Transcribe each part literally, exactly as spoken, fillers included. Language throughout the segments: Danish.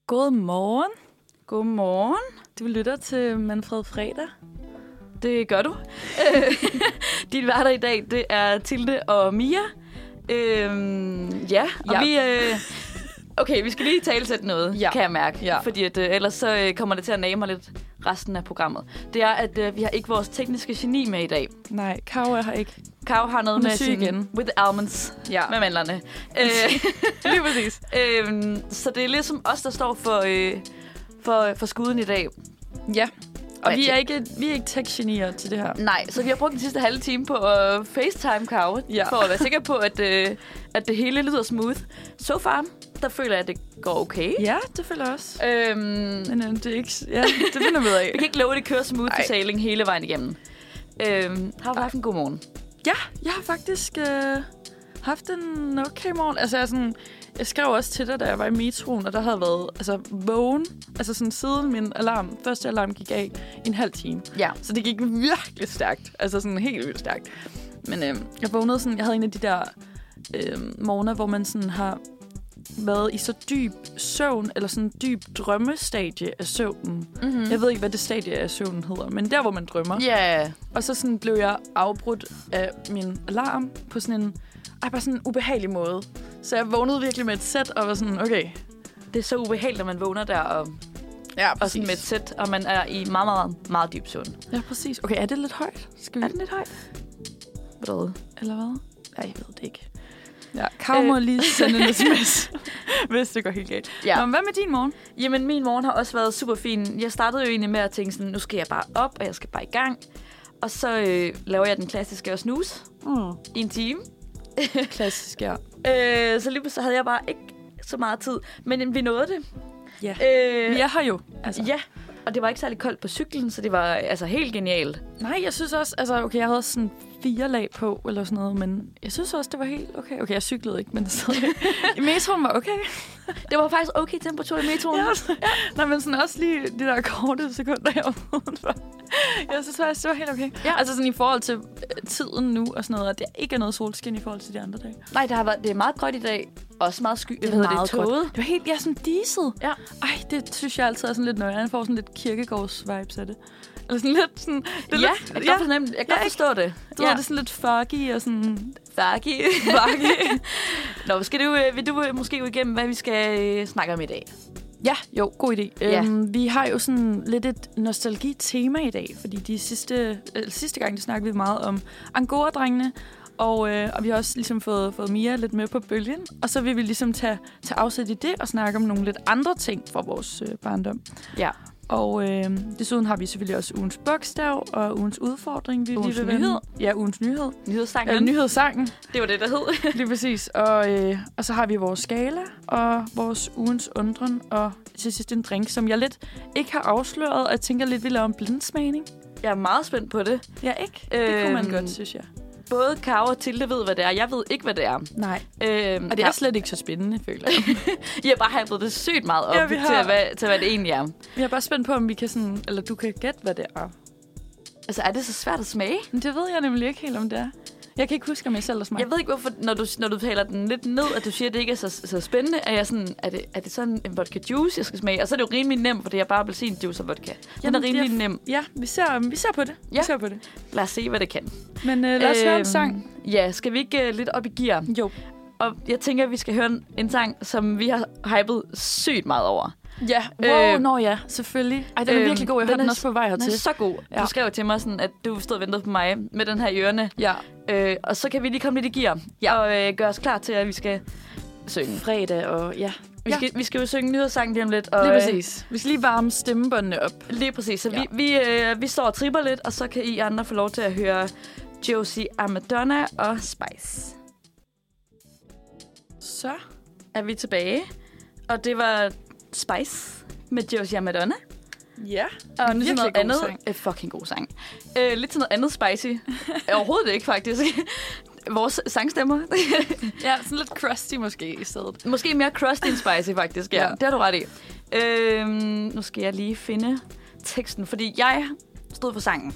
Godmorgen. Godmorgen. Du lytter til Manfred Fredag. Det gør du. Dit værter i dag, det er Tilde og Mia. Øhm, ja, og ja. vi... Øh, okay, vi skal lige talesætte noget, ja. kan jeg mærke. Ja. Fordi at, øh, ellers så øh, kommer det til at nage mig lidt resten af programmet. Det er, at øh, vi har ikke vores tekniske geni med i dag. Nej, Karo er her ikke. Karo har noget Hun er med syg sin... igen. With the almonds. Ja. Med mandlerne. Lige præcis. øhm, så det er ligesom os, der står for, øh, for, for skuden i dag. Ja. Og Og vi jeg er ikke, vi er ikke tech-genier til det her. Nej, så vi har brugt den sidste halve time på at FaceTime Karo, Ja. for at være sikker på, at, øh, at det hele lyder smooth. So far, der føler jeg, at det går okay. Ja, det føler jeg også. Øhm, Men øh, det er ikke... Ja, det finder vi ud af. vi kan ikke love, at det kører smooth Nej. til sailing hele vejen igennem. Øhm, har du haft en god morgen? Ja, jeg har faktisk øh, haft en okay morgen. Altså, jeg, er sådan, jeg skrev også til dig, da jeg var i metroen, og der havde været altså, vågen. Altså sådan siden min alarm, første alarm gik af i en halv time. Ja. Så det gik virkelig stærkt. Altså sådan helt vildt stærkt. Men øh, jeg vågnede sådan, jeg havde en af de der øh, morgener, hvor man sådan har været i så dyb søvn, eller sådan dyb drømmestadie af søvnen. Mm-hmm. Jeg ved ikke, hvad det stadie af søvnen hedder, men der, hvor man drømmer. Ja. Yeah. Og så sådan blev jeg afbrudt af min alarm på sådan en, ej, bare sådan en ubehagelig måde. Så jeg vågnede virkelig med et sæt og var sådan, okay. Det er så ubehageligt, når man vågner der og, Ja, og sådan med et sæt, og man er i meget, meget, meget dyb søvn. Ja, præcis. Okay, er det lidt højt? Skal vi... Er den lidt højt? Hvad? Eller hvad? Nej, jeg ved det ikke. Ja, Karo må øh. lige sende en sms, hvis det går helt galt. Ja. Nå, hvad med din morgen? Jamen, min morgen har også været super fin. Jeg startede jo egentlig med at tænke sådan, nu skal jeg bare op, og jeg skal bare i gang. Og så øh, laver jeg den klassiske snooze Mm. i en time. Klassisk, ja. øh, så lige pludselig havde jeg bare ikke så meget tid. Men vi nåede det. Ja. Øh, Vi er her jo. Altså. Ja, og det var ikke særlig koldt på cyklen, så det var altså helt genialt. Nej, jeg synes også, altså okay, jeg havde sådan fire lag på, eller sådan noget, men jeg synes også, det var helt okay. Okay, jeg cyklede ikke, men stadig. I metroen var okay. Det var faktisk okay temperatur i metroen. Ja, altså, ja. Nej, men sådan også lige de der korte sekunder, jeg var udenfor. Jeg synes faktisk, det var helt okay. Ja. Altså sådan i forhold til øh, tiden nu og sådan noget, at det ikke er noget solskin i forhold til de andre dage. Nej, det, har været, det er meget gråt i dag. Også meget sky. Det er Hvad hedder meget det? Tåget. Det var helt, ja, sådan diset. Ja. Ej, det synes jeg altid er sådan lidt nøjere. Jeg får sådan lidt kirkegårds-vibes af det. Eller sådan lidt sådan... Det er Ja, lidt, jeg kan godt fornemme det. Jeg kan Ja, godt forstå det. Du ja. ved, det er sådan lidt foggy og sådan... Foggy. Foggy. Nå, skal du, vil du måske gå igennem, hvad vi skal øh, snakke om i dag? Ja, jo, god idé. Ja. Øhm, vi har jo sådan lidt et nostalgi-tema i dag, fordi de sidste, øh, sidste gang, de snakkede vi meget om Angora-drengene, og, øh, og vi har også ligesom fået, fået Mia lidt med på bølgen, og så vil vi ligesom tage, tage afsæt i det og snakke om nogle lidt andre ting fra vores øh, barndom. Ja. Og øh, desuden har vi selvfølgelig også ugens bogstav og ugens udfordring. Vi Ugens lige vil nyhed. vende. Ja, ugens nyhed. Nyhedssangen. Øh, nyhedssangen. Det var det, der hed. Lige præcis. Og, øh, og så har vi vores skala og vores ugens undren og til sidst en drink, som jeg lidt ikke har afsløret, og jeg tænker lidt, vi laver en blindsmagning. Jeg er meget spændt på det. Ja, ikke? Det kunne man Øhm, godt, synes jeg. Både Karo og Tilde ved, hvad det er. Jeg ved ikke, hvad det er. Nej. Øhm, Og det er slet ikke så spændende, føler jeg. I har bare hypet det sygt meget op Ja, ja, vi til, har. hvad, til, hvad det egentlig er. Jeg er bare spændt på, om vi kan sådan... Eller du kan gætte, hvad det er. Altså, er det så svært at smage? Men det ved jeg nemlig ikke helt, om det er. Jeg kan ikke huske, om jeg selv har smagt. Jeg ved ikke, hvorfor, når du, når du taler den lidt ned, at du siger, at det ikke er så, så spændende, er jeg sådan, er det, er det sådan en vodka juice, jeg skal smage? Og så er det jo rimelig nemt, for det er bare appelsinjuice og vodka. Den Jamen, er rimelig det er- nem. Ja, vi ser, vi ser på det. Ja. Vi ser på det. Lad os se, hvad det kan. Men øh, lad os Øhm, høre en sang. Ja, skal vi ikke uh, lidt op i gear? Jo. Og jeg tænker, at vi skal høre en, en sang, som vi har hypet sygt meget over. Ja, wow, Øh, nå ja, selvfølgelig. Ej, den er øhm, virkelig god. Jeg den hørte den er- også på vej Den er hertil. så god. Ja. Du skrev til mig, sådan, at du stod og ventede på mig med den her i ørerne. Ja. Øh, og så kan vi lige komme lidt i gear. Ja. Og øh, gøre os klar til, at vi skal synge. Fredag og ja. Vi, Ja. skal, vi skal jo synge nyhedssangen lige om lidt. Og, Lige øh, præcis. Vi skal lige varme stemmebåndene op. Lige præcis. Så Ja. ja. vi, vi, øh, vi står og tripper lidt, og så kan I andre få lov til at høre Josie Amadonna og Spice. Så. Er vi tilbage? Og det var Spice med Josie Amadonna. Ja. Og nu til Virkelig noget god andet. sang. Øh, fucking god sang. Øh, lidt til noget andet spicy. Overhovedet ikke, faktisk. Vores sangstemmer. Ja, sådan lidt crusty måske i stedet. Måske mere crusty end spicy, faktisk. Ja, Ja. det har du ret i. Øhm, nu skal jeg lige finde teksten, fordi jeg stod for sangen.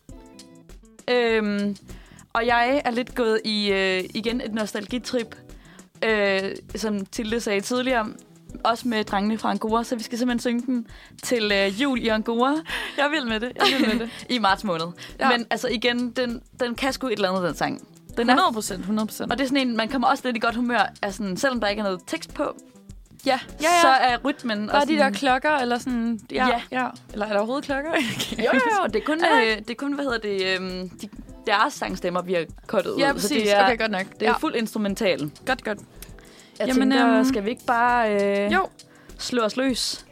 Øhm, og jeg er lidt gået i øh, igen et nostalgitrip, øh, som Tilde sagde tidligere. også med drengene fra Angora, så vi skal simpelthen synge den til øh, jul i Angora. Jeg vil med det. Jeg vil med det. I marts måned. Ja. Men altså igen, den, den kan sgu et eller andet, den sang. Den er, hundrede procent, hundrede procent. Og det er sådan en, man kommer også lidt i godt humør, altså, selvom der ikke er noget tekst på. Ja, ja, ja. Så er rytmen bare de der klokker, eller sådan... Ja, ja. ja. Eller er der overhovedet klokker? jo, jo, jo. Det er kun, øh, det er kun hvad hedder det, øh, de, deres sangstemmer, vi har kuttet ud. Ja, præcis. Så det er, okay, godt nok. Det er ja. fuldt instrumental. Godt, godt. Jeg Jamen, tænker, øhm, skal vi ikke bare øh, jo. slå os løs?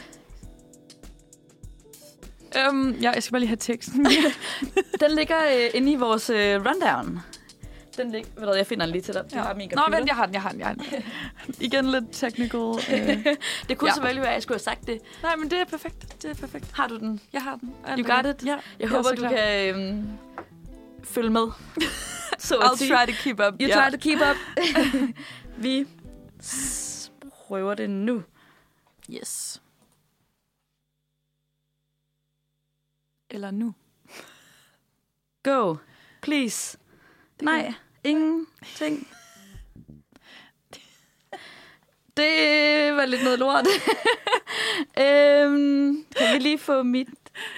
Um, ja, jeg skal bare lige have teksten. Den ligger øh, inde i vores øh, rundown. Den ligger... Ved du, jeg finder den lige til dig. Ja. Nå, vent, jeg har den, jeg har den, jeg har den. Igen lidt technical. Øh. Det kunne ja. selvfølgelig være, at jeg skulle have sagt det. Nej, men det er perfekt. Det er perfekt. Har du den? Jeg har den. You got it? Ja. Jeg, jeg håber, du klar. kan øh, følge med. So I'll try to keep up. You yeah. try to keep up. Vi prøver det nu. Yes. Eller nu. Go. Please. Det Nej, kan... ingenting. Det var lidt noget lort. øhm, kan vi lige få mit...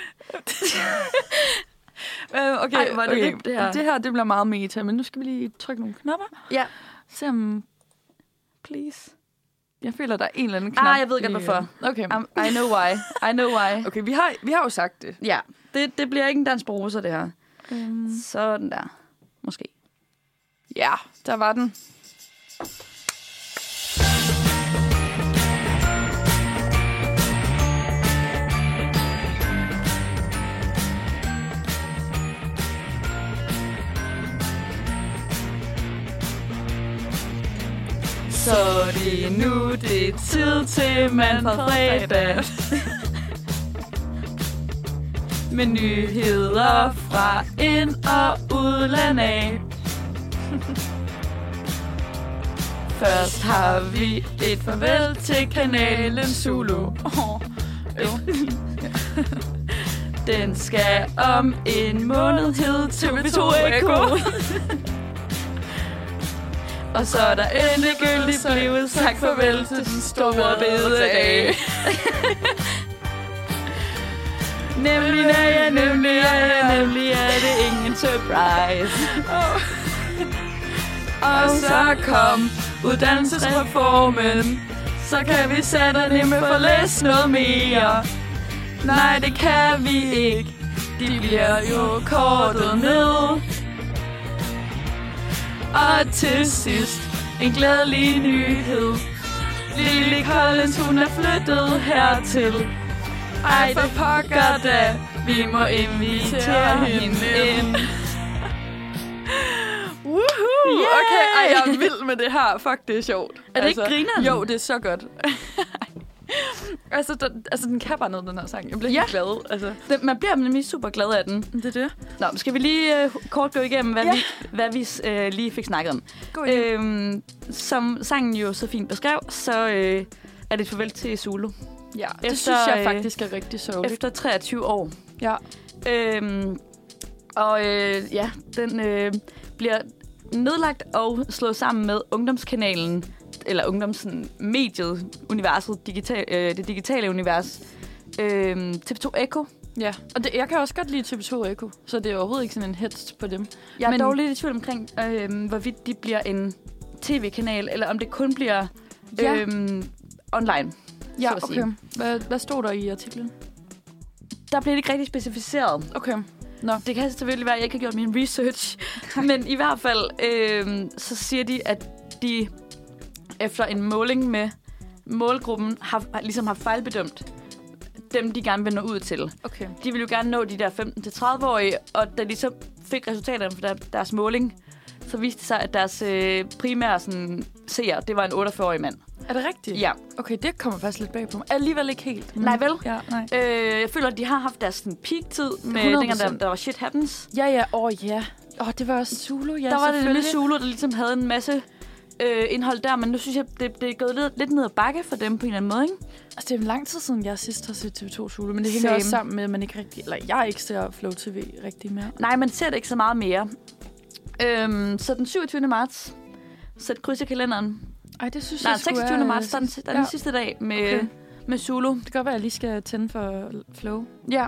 øh, okay, Ej, var det okay. Rip, det her? Det her, det bliver meget meta, men nu skal vi lige trykke nogle knapper. Ja. Se om... Please. Jeg føler, der er en eller anden knap. Ah, jeg ved godt, hvorfor. Okay. Um, I know why. I know why. Okay, vi har, vi har jo sagt det. Ja, det, det bliver ikke en dans på roser, det her. Um. Sådan der. Måske. Ja, der var den. Så det er nu, det er tid til Manfred Fredag. Med nyheder fra ind- og udland af. Først har vi et farvel til kanalen Zulu. Oh, Den skal om en måned hedde T V to Echo. Og så er der endegyldigt blevet sagt farvel til den store bededag. Nemlig er jeg, nemlig er jeg, nemlig er det ingen surprise. Og så kom uddannelsesreformen, så kan vi sætte nemme for læse noget mere. Nej, det kan vi ikke, de bliver jo kortet ned. Og til sidst en glædelig nyhed. Lille Collins, hun er flyttet hertil. Ej, for pokker da, vi må invitere hende ind. Woohoo! Yeah! Okay, ej, jeg er vild med det her. Fuck, det er sjovt. Er det altså, ikke grineren? Jo, det er så godt. altså, der, altså, den kan bare noget, den her sang. Jeg bliver ja. helt glad. Altså. Det, man bliver nemlig super glad af den. Det er det. Nå, skal vi lige uh, kort gå igennem, hvad ja. vi, hvad vi uh, lige fik snakket om. Øhm, som sangen jo så fint beskrev, så uh, er det et farvel til Zulu. Ja, det efter, synes jeg faktisk er rigtig sørgeligt. Efter treogtyve år. Ja. Øhm, og øh, ja, den øh, bliver nedlagt og slået sammen med ungdomskanalen, eller ungdomsmediet, universet, digital, øh, det digitale univers, øh, T V to Echo. Ja, og det, jeg kan også godt lide T V to Echo, så det er overhovedet ikke sådan en hets på dem. Jeg er Men, dog lidt i tvivl omkring, øh, hvorvidt de bliver en tv-kanal, eller om det kun bliver øh, ja. online. Ja, okay. Hvad, hvad stod der i artiklen? Der blev det ikke rigtig specificeret. Okay. Nå. Det kan selvfølgelig være, at jeg ikke har gjort min research. Men i hvert fald, øh, så siger de, at de efter en måling med målgruppen har, ligesom har fejlbedømt dem, de gerne vil nå ud til. Okay. De vil jo gerne nå de der femten til tredive-årige, og da de så fik resultaterne fra der, deres måling, så viste det sig, at deres øh, primære sådan, seer, det var en otteogfyrre-årig mand. Er det rigtigt? Ja. Okay, det kommer faktisk lidt bag på mig. Alligevel ikke helt. Men... Nej, vel? Ja, nej. Øh, jeg føler, at de har haft deres sådan, peak-tid med dengang, der, der var Shit Happens. Ja, ja. Åh, oh, ja. Åh, oh, det var også Zulu, ja, der var det lidt Zulu, der ligesom havde en masse øh, indhold der, men nu synes jeg, det, det er gået lidt, lidt ned ad bakke for dem på en eller anden måde, ikke? Altså, det er lang tid siden, jeg sidst har set T V to Zulu, men det hænger Same. også sammen med, at man ikke rigtig... Eller jeg ikke ser Flow T V rigtig mere. Nej, man ser det ikke så meget mere. Øhm, så den syvogtyvende marts, sæt kryds i kalenderen. Ej, det synes Nej, jeg sgu seksogtyvende er... marts, der er den, der er den ja. sidste dag med, Okay. med Zulu. Det kan godt være, at jeg lige skal tænde for Flow. Ja.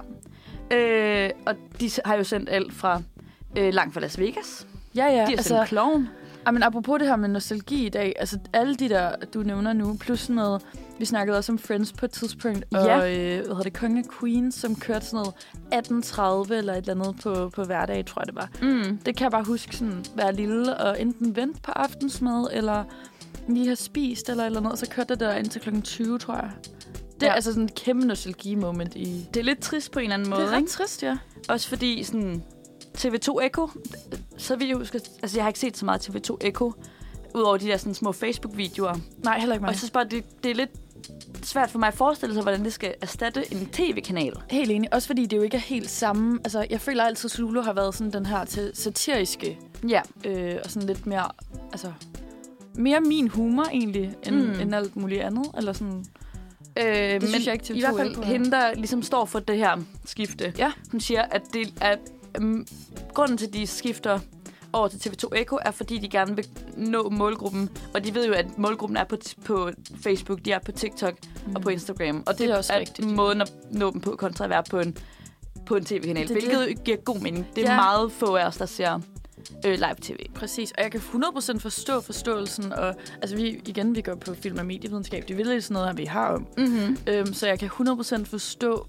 Øh, og de har jo sendt alt fra øh, langt fra Las Vegas. Ja, ja. De har sendt altså, Klovn. ej, men apropos det her med nostalgi i dag, altså alle de der, du nævner nu, plus sådan noget, vi snakkede også om Friends på et tidspunkt, og Ja. øh, hvad hedder det, Kongen af Queens, som kørte sådan noget atten tredive eller et eller andet på, på hverdag, tror jeg det var. Mm. Det kan jeg bare huske sådan, være lille og enten vente på aftensmad, eller lige have spist, eller et eller andet, og så kørte det der indtil klokken tyve, tror jeg. Det er Ja. altså sådan et kæmpe nostalgi-moment i... Det er lidt trist på en eller anden måde, Det er ret ikke? trist, ja. Også fordi sådan T V to Echo, så vil jeg huske, altså jeg har ikke set så meget T V to Echo, udover de der sådan små Facebook-videoer. Nej, heller ikke mig. Og jeg synes bare, det, det er lidt svært for mig at forestille sig, hvordan det skal erstatte en tv-kanal. Helt enig. Også fordi det jo ikke er helt samme... Altså, jeg føler altid, at Zulu har været sådan den her til satiriske, Ja. øh, og sådan lidt mere... Altså, mere min humor egentlig, end, Mm. mm. end alt muligt andet. Eller sådan... Øh, det synes jeg ikke, T V to i hvert fald Echo er. hende, der ligesom står for det her skifte, Ja. hun siger, at, det, at um, grunden til, at de skifter over til T V to Echo, er fordi, de gerne vil nå målgruppen. Og de ved jo, at målgruppen er på, på Facebook, de er på TikTok mm. og på Instagram. Og det, Det er også er rigtigt. måden at nå dem på, kontra at være på en, på en tv-kanal. Det er Hvilket det. giver god mening. Det er Ja. meget få af os, der ser øh, live-tv. Præcis, og jeg kan hundrede procent forstå forståelsen, og altså vi, igen, vi går på film- og medievidenskab, det er virkelig sådan noget, vi har om. Mm-hmm. Øhm, så jeg kan hundrede procent forstå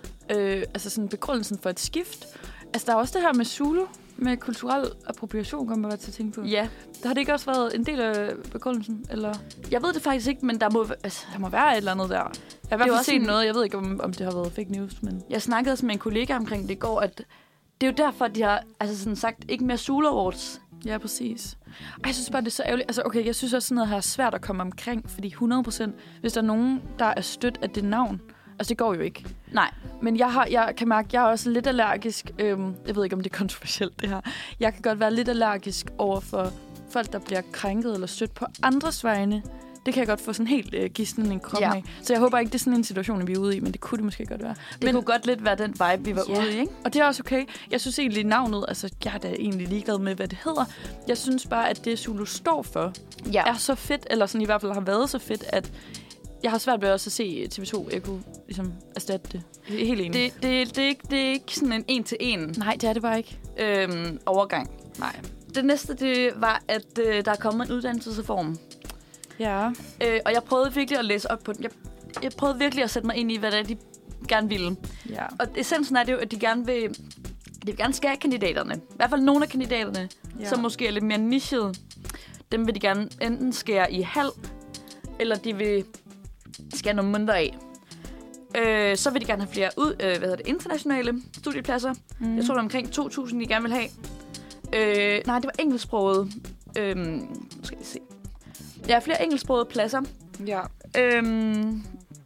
øh, altså sådan begrundelsen for et skift. Altså der er også det her med Zulu, med kulturel appropriation, kommer jeg til at tænke på. Ja, Der har det ikke også været en del af begrundelsen, eller? jeg ved det faktisk ikke, men der må... Altså, Der må være et eller andet der. Jeg har i hvert Det er fald også set en- noget, jeg ved ikke, om, om det har været fake news, men... jeg snakkede også med en kollega omkring det i går, at det er jo derfor, at de har altså sådan sagt ikke mere Zulu Awards. Ja, præcis. Ej, jeg synes bare, det er så ærgerligt. Altså, okay, jeg synes også, sådan noget her er svært at komme omkring, fordi hundrede procent, hvis der er nogen, der er stødt af det navn, altså det går jo ikke. Nej. Men jeg, har, jeg kan mærke, at jeg er også lidt allergisk. Øhm, jeg ved ikke, om det er kontroversielt, det her. Jeg kan godt være lidt allergisk over for folk, der bliver krænket eller stødt på andres vegne. Det kan jeg godt få sådan helt øh, gisnen i en krop Ja. af. Så jeg håber ikke, det er sådan en situation, vi er ude i, men det kunne det måske godt være. Det Men, kunne godt lidt være den vibe, vi var Ja. ude i, ikke? og det er også okay. Jeg synes egentlig navnet, altså jeg er da egentlig ligeglad med, hvad det hedder. Jeg synes bare, at det Zulu står for, Ja. er så fedt, eller sådan i hvert fald har været så fedt, at jeg har svært ved også at se T V to Echo ligesom erstatte det. Jeg er helt enig. Det, det, det, er ikke, det er ikke sådan en en-til-en Nej, det er det bare ikke. øhm, overgang. Nej. Det næste, det var, at øh, der er kommet en uddannelsesreform. Ja. Øh, og jeg prøvede virkelig at læse op på den. Jeg, jeg prøvede virkelig at sætte mig ind i, hvad det er, de gerne ville. Ja. Og essensen er det jo, at de gerne vil, de vil gerne skære kandidaterne. I hvert fald nogle af kandidaterne, Ja. som måske er lidt mere nichede. Dem vil de gerne enten skære i halv, eller de vil skære nogle mindre af. Øh, så vil de gerne have flere ud, øh, hvad hedder det, internationale studiepladser. Mm. Jeg tror, der er omkring to tusind, de gerne vil have. Øh, nej, det var engelsksproget. Øh, nu skal vi se. Ja, flere engelsksprogede pladser. Ja. Øhm,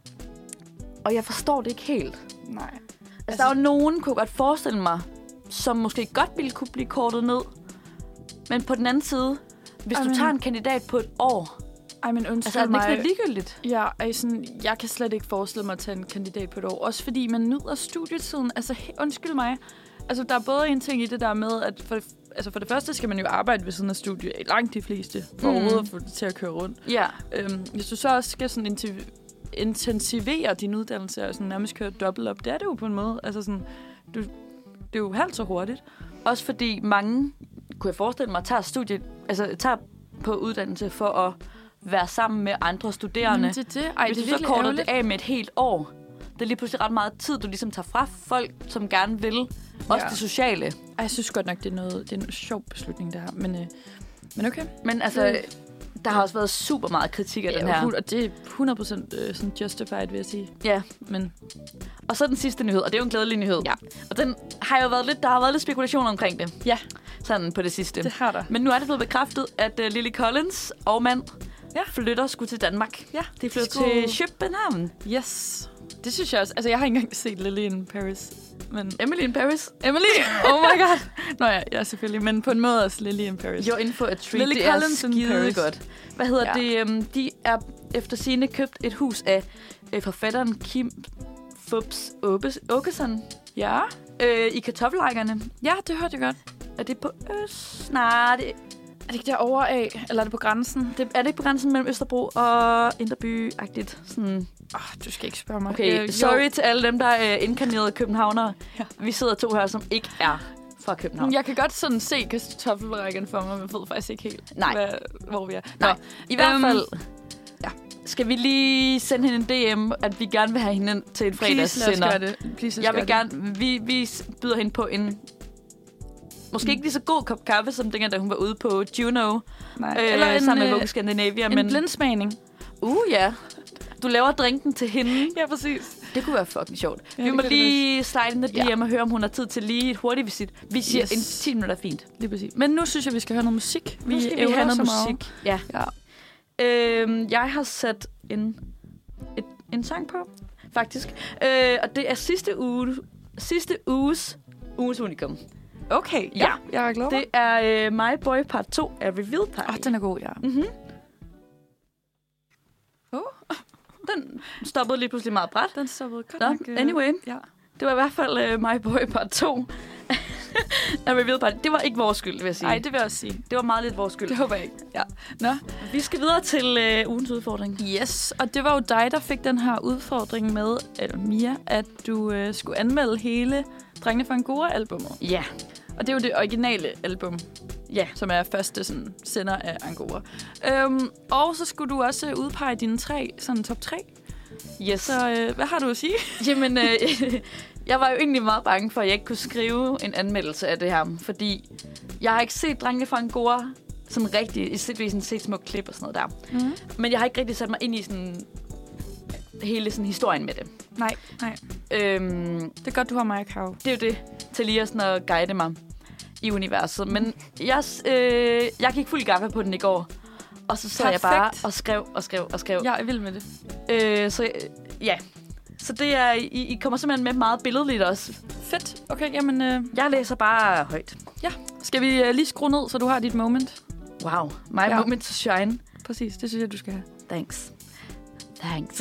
og jeg forstår det ikke helt. Nej. Altså, altså, der er jo nogen, kunne jeg godt forestille mig, som måske godt ville kunne blive kortet ned. Men på den anden side, hvis Ej, du men- tager en kandidat på et år, Ej, men undskyld altså er det mig. ikke lidt ligegyldigt? Ja, ej, sådan, jeg kan slet ikke forestille mig at tage en kandidat på et år. Også fordi man nyder studietiden. Altså, he- undskyld mig. Altså, der er både en ting i det der med, at for, altså, for det første skal man jo arbejde ved siden af studiet. Langt de fleste. For Mm. overhovedet at få det til at køre rundt. Ja. Øhm, hvis du så også skal sådan inti- intensivere din uddannelse og sådan nærmest køre dobbelt op, det er det jo på en måde. Altså sådan, du, det er jo halvt så hurtigt. Også fordi mange, kunne jeg forestille mig, tager studiet, altså tager på uddannelse for at være sammen med andre studerende. Men det er det. Ej, Hvis det er du så virkelig korter ærgerligt. det af med et helt år, det er lige pludselig ret meget tid, du ligesom tager fra folk, som gerne vil. Også Ja. det sociale. Ej, jeg synes godt nok, det er, noget, det er en sjov beslutning, det her. Men, øh, men okay. Men altså, der har også været super meget kritik af den her. Og det er hundrede procent øh, sådan justified, vil jeg sige. Ja. Men Og så den sidste nyhed, og det er jo en glædelig nyhed. Ja. Og den har jo været lidt, der har været lidt spekulation omkring det. Ja. Sådan på det sidste. det har der. Men nu er det blevet bekræftet, at uh, Lily Collins og mand Ja. flytter sgu til Danmark. Ja, De flytter Sgu- til København. Yes. Det synes jeg også. Altså, jeg har ikke engang set Lily in Paris. Men Emily in Paris. Emily! Oh my god! Nå ja, ja, selvfølgelig. Men på en måde også Lily in Paris. Your info a treat. Lily det er Collins in skide Paris. godt. Hvad hedder Ja. det? Um, de er efter sigende købt et hus af øh, forfatteren Kim Fupz Aakeson Ja. øh, i kartoffelrækkerne. Ja, det hørte jeg godt. Er det på Øst? Nej, det, Er det ikke derovre af, eller er det på grænsen? Det, er det ikke på grænsen mellem Østerbro og Indreby-agtigt? Sådan. Oh, du skal ikke spørge mig. Okay, øh, sorry til alle dem, der er uh, inkarnerede københavnere. Ja. Vi sidder to her, som ikke er fra København. Jeg kan godt sådan se kartoffelrækken for mig, men jeg ved faktisk ikke helt, Nej. Hvad, hvor vi er. Nej, Nå, i hvert fald... Um, ja. Skal vi lige sende hende en D M, at vi gerne vil have hende til en fredagssender? Please, lad os gøre det. Please, jeg vil gerne... Vi, vi byder hende på en... Måske mm. ikke lige så god kop kaffe, som dengang, da hun var ude på Juno. Nej. Øh, Eller en, sammen med øh, Vogue Scandinavia. En men... blindsmagning. Uh, ja. Du laver drinken til hende. Ja, præcis. Det kunne være fucking sjovt. Ja, vi må lige slide ind og D M ja. og høre, om hun har tid til lige et hurtigt visit. Vi siger, yes. en ti minutter er fint. Lige præcis. Men nu synes jeg, vi skal høre noget musik. Vi, skal vi have noget musik. Ja. ja. Øhm, jeg har sat en, et, en sang på, faktisk. Øh, og det er sidste uge, sidste uges uges unikum. Okay, ja. ja. Jeg er glad. Det er uh, My Boy Part to af Reveal Party. Åh, oh, den er god, ja. Mm-hmm. Oh. Den stoppede lige pludselig meget bræt. Den stoppede godt Nå, nok. Uh, anyway. Ja. Det var i hvert fald uh, My Boy Part to af Reveal Party. Det var ikke vores skyld, vil jeg sige. Nej, det vil jeg også sige. Det var meget lidt vores skyld. Det håber jeg ikke. Ja. Nå. Vi skal videre til uh, ugens udfordring. Yes, og det var jo dig, der fik den her udfordring med, eller Mia, at du uh, skulle anmelde hele Drengene fra Angora-albummet. Ja. Og det er jo det originale album, ja, som er første sådan, sender af Angora. Øhm, og så skulle du også udpege dine tre, sådan top tre. Yes. Så øh, hvad har du at sige? Jamen, øh, jeg var jo egentlig meget bange for, at jeg ikke kunne skrive en anmeldelse af det her. Fordi jeg har ikke set Drengene fra Angora sådan rigtigt. Jeg har set, set små klip og sådan noget der. Mm. Men jeg har ikke rigtig sat mig ind i sådan hele sådan historien med det. Nej, nej. Øhm, det er godt, du har mig, Karo. Det er jo det, til lige at, sådan at guide mig i universet. Men jeg, øh, jeg gik fuld gaffe på den i går. Og så sad jeg bare og skrev og skrev og skrev. Jeg er vild med det. Øh, så ja. Så det er, I, I kommer simpelthen med meget billedligt også. Fedt. Okay, jamen... Øh... Jeg læser bare højt. Ja. Skal vi øh, lige skrue ned, så du har dit moment? Wow. My ja. moment to shine. Præcis, det synes jeg, du skal have. Thanks. Thanks.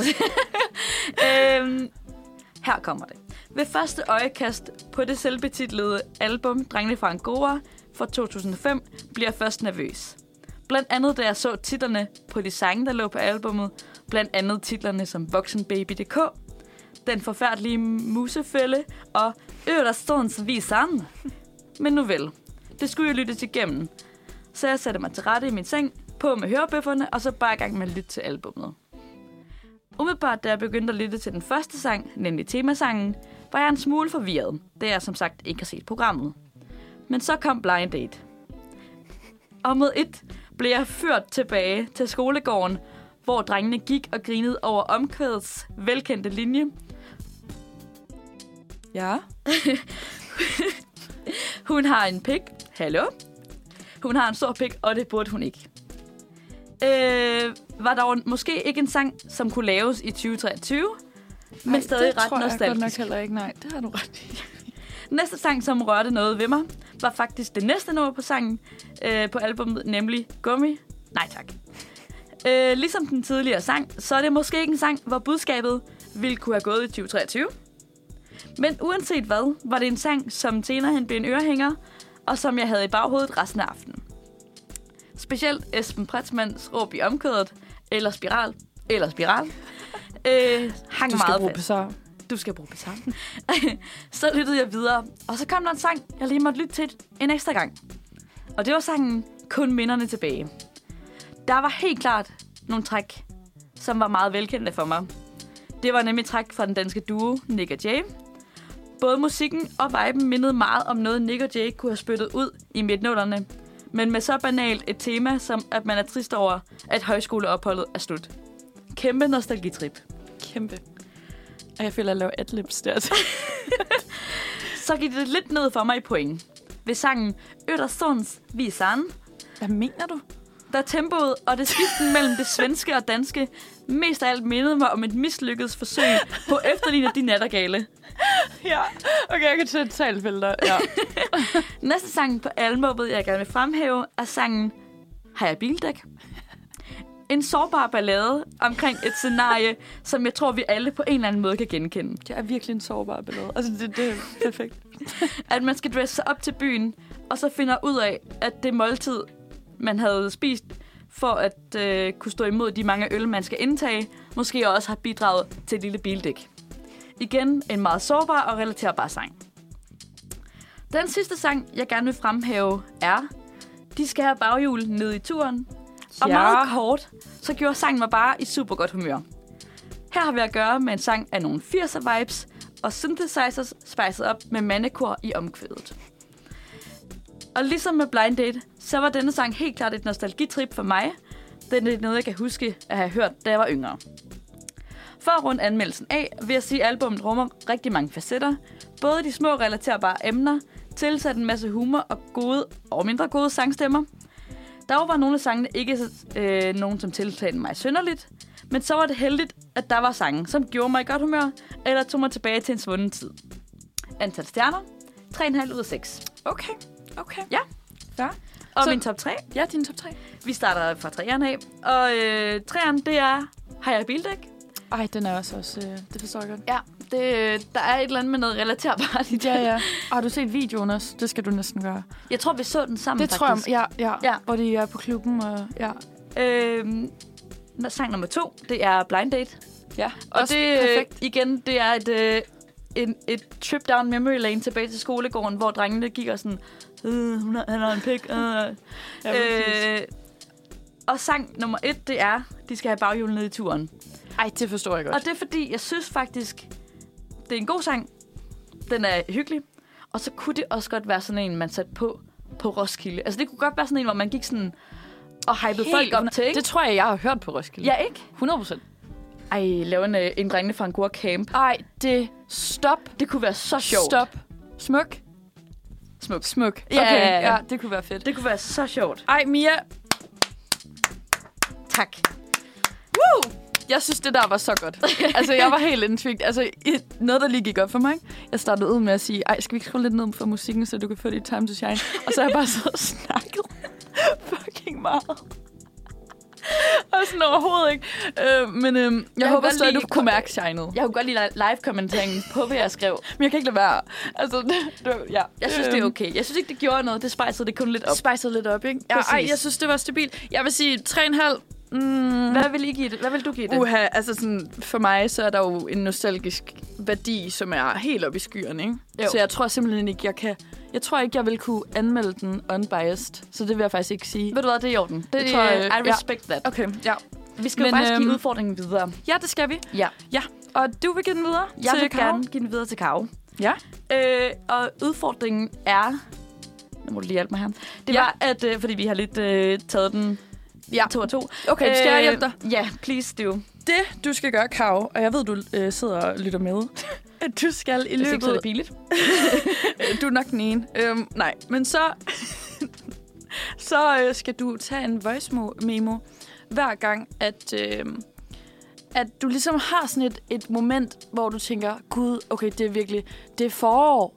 øhm, her kommer det. Ved første øjekast på det selvbetitlede album Drengene fra Angora fra to tusind og fem bliver jeg først nervøs. Blandt andet, da jeg så titlerne på de sange, der lå på albummet. Blandt andet titlerne som Voksenbaby punktum d k, Den forfærdelige musefælde og Øderståndsviseren. Men nu vel, det skulle jo lyttes igennem. Så jeg satte mig til rette i min seng, på med hørebøfferne, og så bare i gang med at lytte til albummet. Umiddelbart, da jeg begyndte at lytte til den første sang, nemlig temasangen, var jeg en smule forvirret, da jeg som sagt ikke har set programmet. Men så kom Blind Date. Og med et blev jeg ført tilbage til skolegården, hvor drengene gik og grinede over omkvædets velkendte linje. Ja. Hun har en pik. Hallo? Hun har en stor pik, og det burde hun ikke. Øh, var der måske ikke en sang, som kunne laves i tyve treogtyve, men Ej, stadig ret nostalgisk. Det tror jeg godt nok heller ikke. Nej, det har du ret i. Næste sang, som rørte noget ved mig, var faktisk det næste nummer på sangen øh, på albumet, nemlig Gummi. Nej tak. Øh, ligesom den tidligere sang, så er det måske ikke en sang, hvor budskabet ville kunne have gået i tyve treogtyve. Men uanset hvad, var det en sang, som senere hen blev en ørehænger, og som jeg havde i baghovedet resten af aftenen. Specielt Esben Pretzmanns råb i omkødet, eller spiral, eller spiral, øh, hang du meget bruge bizarre. Du skal bruge bizarre. Så lyttede jeg videre, og så kom der en sang, jeg lige måtte lytte til en ekstra gang. Og det var sangen Kun minderne tilbage. Der var helt klart nogle træk, som var meget velkendte for mig. Det var nemlig træk fra den danske duo Nick og Jay. Både musikken og viben mindede meget om noget, Nick og Jay kunne have spyttet ud i midtnullerne. Men med så banalt et tema, som at man er trist over, at højskoleopholdet er slut. Kæmpe nostalgitrip. Kæmpe. Og jeg føler, at jeg laver adlibs der. Så gik det lidt ned for mig i point. Ved sangen Øderståndsviseren. Hvad mener du? Der tempoet og det skiften mellem det svenske og danske mest af alt mindede mig om et mislykket forsøg på at efterligne de nattergale. Ja, okay, jeg kan tage et talfilter. Ja. Næste sang på albummet, jeg gerne vil fremhæve, er sangen Har jeg bildæk? En sårbar ballade omkring et scenarie, som jeg tror, vi alle på en eller anden måde kan genkende. Det er virkelig en sårbar ballade. Altså, det, det er perfekt. At man skal dresse sig op til byen, og så finder ud af, at det måltid, man havde spist for at øh, kunne stå imod de mange øl, man skal indtage, måske også har bidraget til et lille bildæk. Igen en meget sårbar og relaterbar sang. Den sidste sang, jeg gerne vil fremhæve, er De skal have baghjul ned i turen. Og Ja. meget kort, så gjorde sangen mig bare i super godt humør. Her har vi at gøre med en sang af nogle firser vibes og synthesizers spiced op med mandekor i omkvædet. Og ligesom med Blind Date, så var denne sang helt klart et nostalgitrip for mig. Den er noget, jeg kan huske at have hørt, da jeg var yngre. For at runde anmeldelsen af, vil jeg sige, at albumet rummer rigtig mange facetter. Både de små relaterbare emner, tilsat en masse humor og gode og mindre gode sangstemmer. Der var nogle af sangene ikke øh, nogen, som tiltalte mig synderligt, men så var det heldigt, at der var sange, som gjorde mig i godt humør, eller tog mig tilbage til en svunden tid. Antal stjerner, tre komma fem ud af seks. Okay, okay. Ja. Ja. Og Så- min top tre, Ja, din top tre. vi starter fra treeren af, og øh, treeren, det er Har jeg bildæk? Ej, den er også, også øh, det forstår jeg godt. Ja, det, der er et eller andet med noget relaterbart i det. Ja, ja. Og har du set videoen også? Det skal du næsten gøre. Jeg tror, vi så den sammen, Det tror faktisk. jeg, ja, ja, Ja. ja. Hvor de er på klubben, og ja. Øhm, sang nummer to, det er Blind Date. Ja, Og også det, perfekt. igen, det er et, øh, en, et trip down memory lane tilbage til skolegården, hvor drengene gik og sådan, øh, hun har, han har en pik. Øh. Ja, øh, og sang nummer et, det er, de skal have baghjulen ned i turen. Ej, det forstår jeg godt. Og det er fordi, jeg synes faktisk, det er en god sang. Den er hyggelig. Og så kunne det også godt være sådan en, man satte på på Roskilde. Altså det kunne godt være sådan en, hvor man gik sådan og hypede folk op til, ikke? Det tror jeg, jeg har hørt på Roskilde. Ja, ikke? hundrede procent. Ej, lave en, øh, en drengene fra en god camp. Ej, det... Stop. Det kunne være så sjovt. Stop. Smuk. Smuk. Smuk. Ja, Okay, ja, ja. ja, det kunne være fedt. Det kunne være så sjovt. Ej, Mia. Tak. Woo! Jeg synes, det der var så godt. Altså, jeg var helt intrigued. Altså, i- noget, der lige gik op for mig. Jeg startede ud med at sige, ej, skal vi ikke skrue lidt ned for musikken, så du kan få dit time to shine? Og så har jeg bare siddet og snakket fucking meget. Og sådan overhovedet ikke. Øh, men øh, jeg, Jeg jeg kunne håber godt stadig, du lide- kunne mærke shinet. Jeg kunne godt lide live-kommenteringen på, hvad jeg skrev. Men jeg kan ikke lade være. Altså, det, det, ja. Jeg synes, det er okay. Jeg synes ikke, det gjorde noget. Det spejsede det kun lidt op. Spicede lidt op, ikke? Ja, ej, Præcis. jeg synes, det var stabilt. Jeg vil sige tre komma fem. Mm. Hvad vil I give det? Hvad vil du give det? Uha, altså sådan, for mig, så er der jo en nostalgisk værdi, som er helt oppe i skyerne, ikke? Jo. Så jeg tror simpelthen ikke, jeg kan... Jeg tror ikke, jeg vil kunne anmelde den unbiased, så det vil jeg faktisk ikke sige. Ved du hvad, det er i orden. Det, Jeg tror, tror, øh, I ja. respect that. Okay, ja. Vi skal jo Men, faktisk give øhm, udfordringen videre. Ja, det skal vi. Ja. Ja, og du vil give den videre Jeg til vil Karo? gerne give den videre til Karo. Ja. Øh, og udfordringen er... Nu må du lige hjælpe mig her. Det Ja. var, at... Øh, fordi vi har lidt øh, taget den Ja. to og to. Okay, skal jeg hjælpe dig? Øh, Ja, please do. Det, du skal gøre, Karo, og jeg ved, du øh, sidder og lytter med, at du skal i Hvis ikke, løbet... så er det pinligt. Du er nok den ene. Øhm, nej, men så, så øh, skal du tage en voice memo hver gang, at, øh, at du ligesom har sådan et, et moment, hvor du tænker, gud, okay, det er virkelig, det er forår.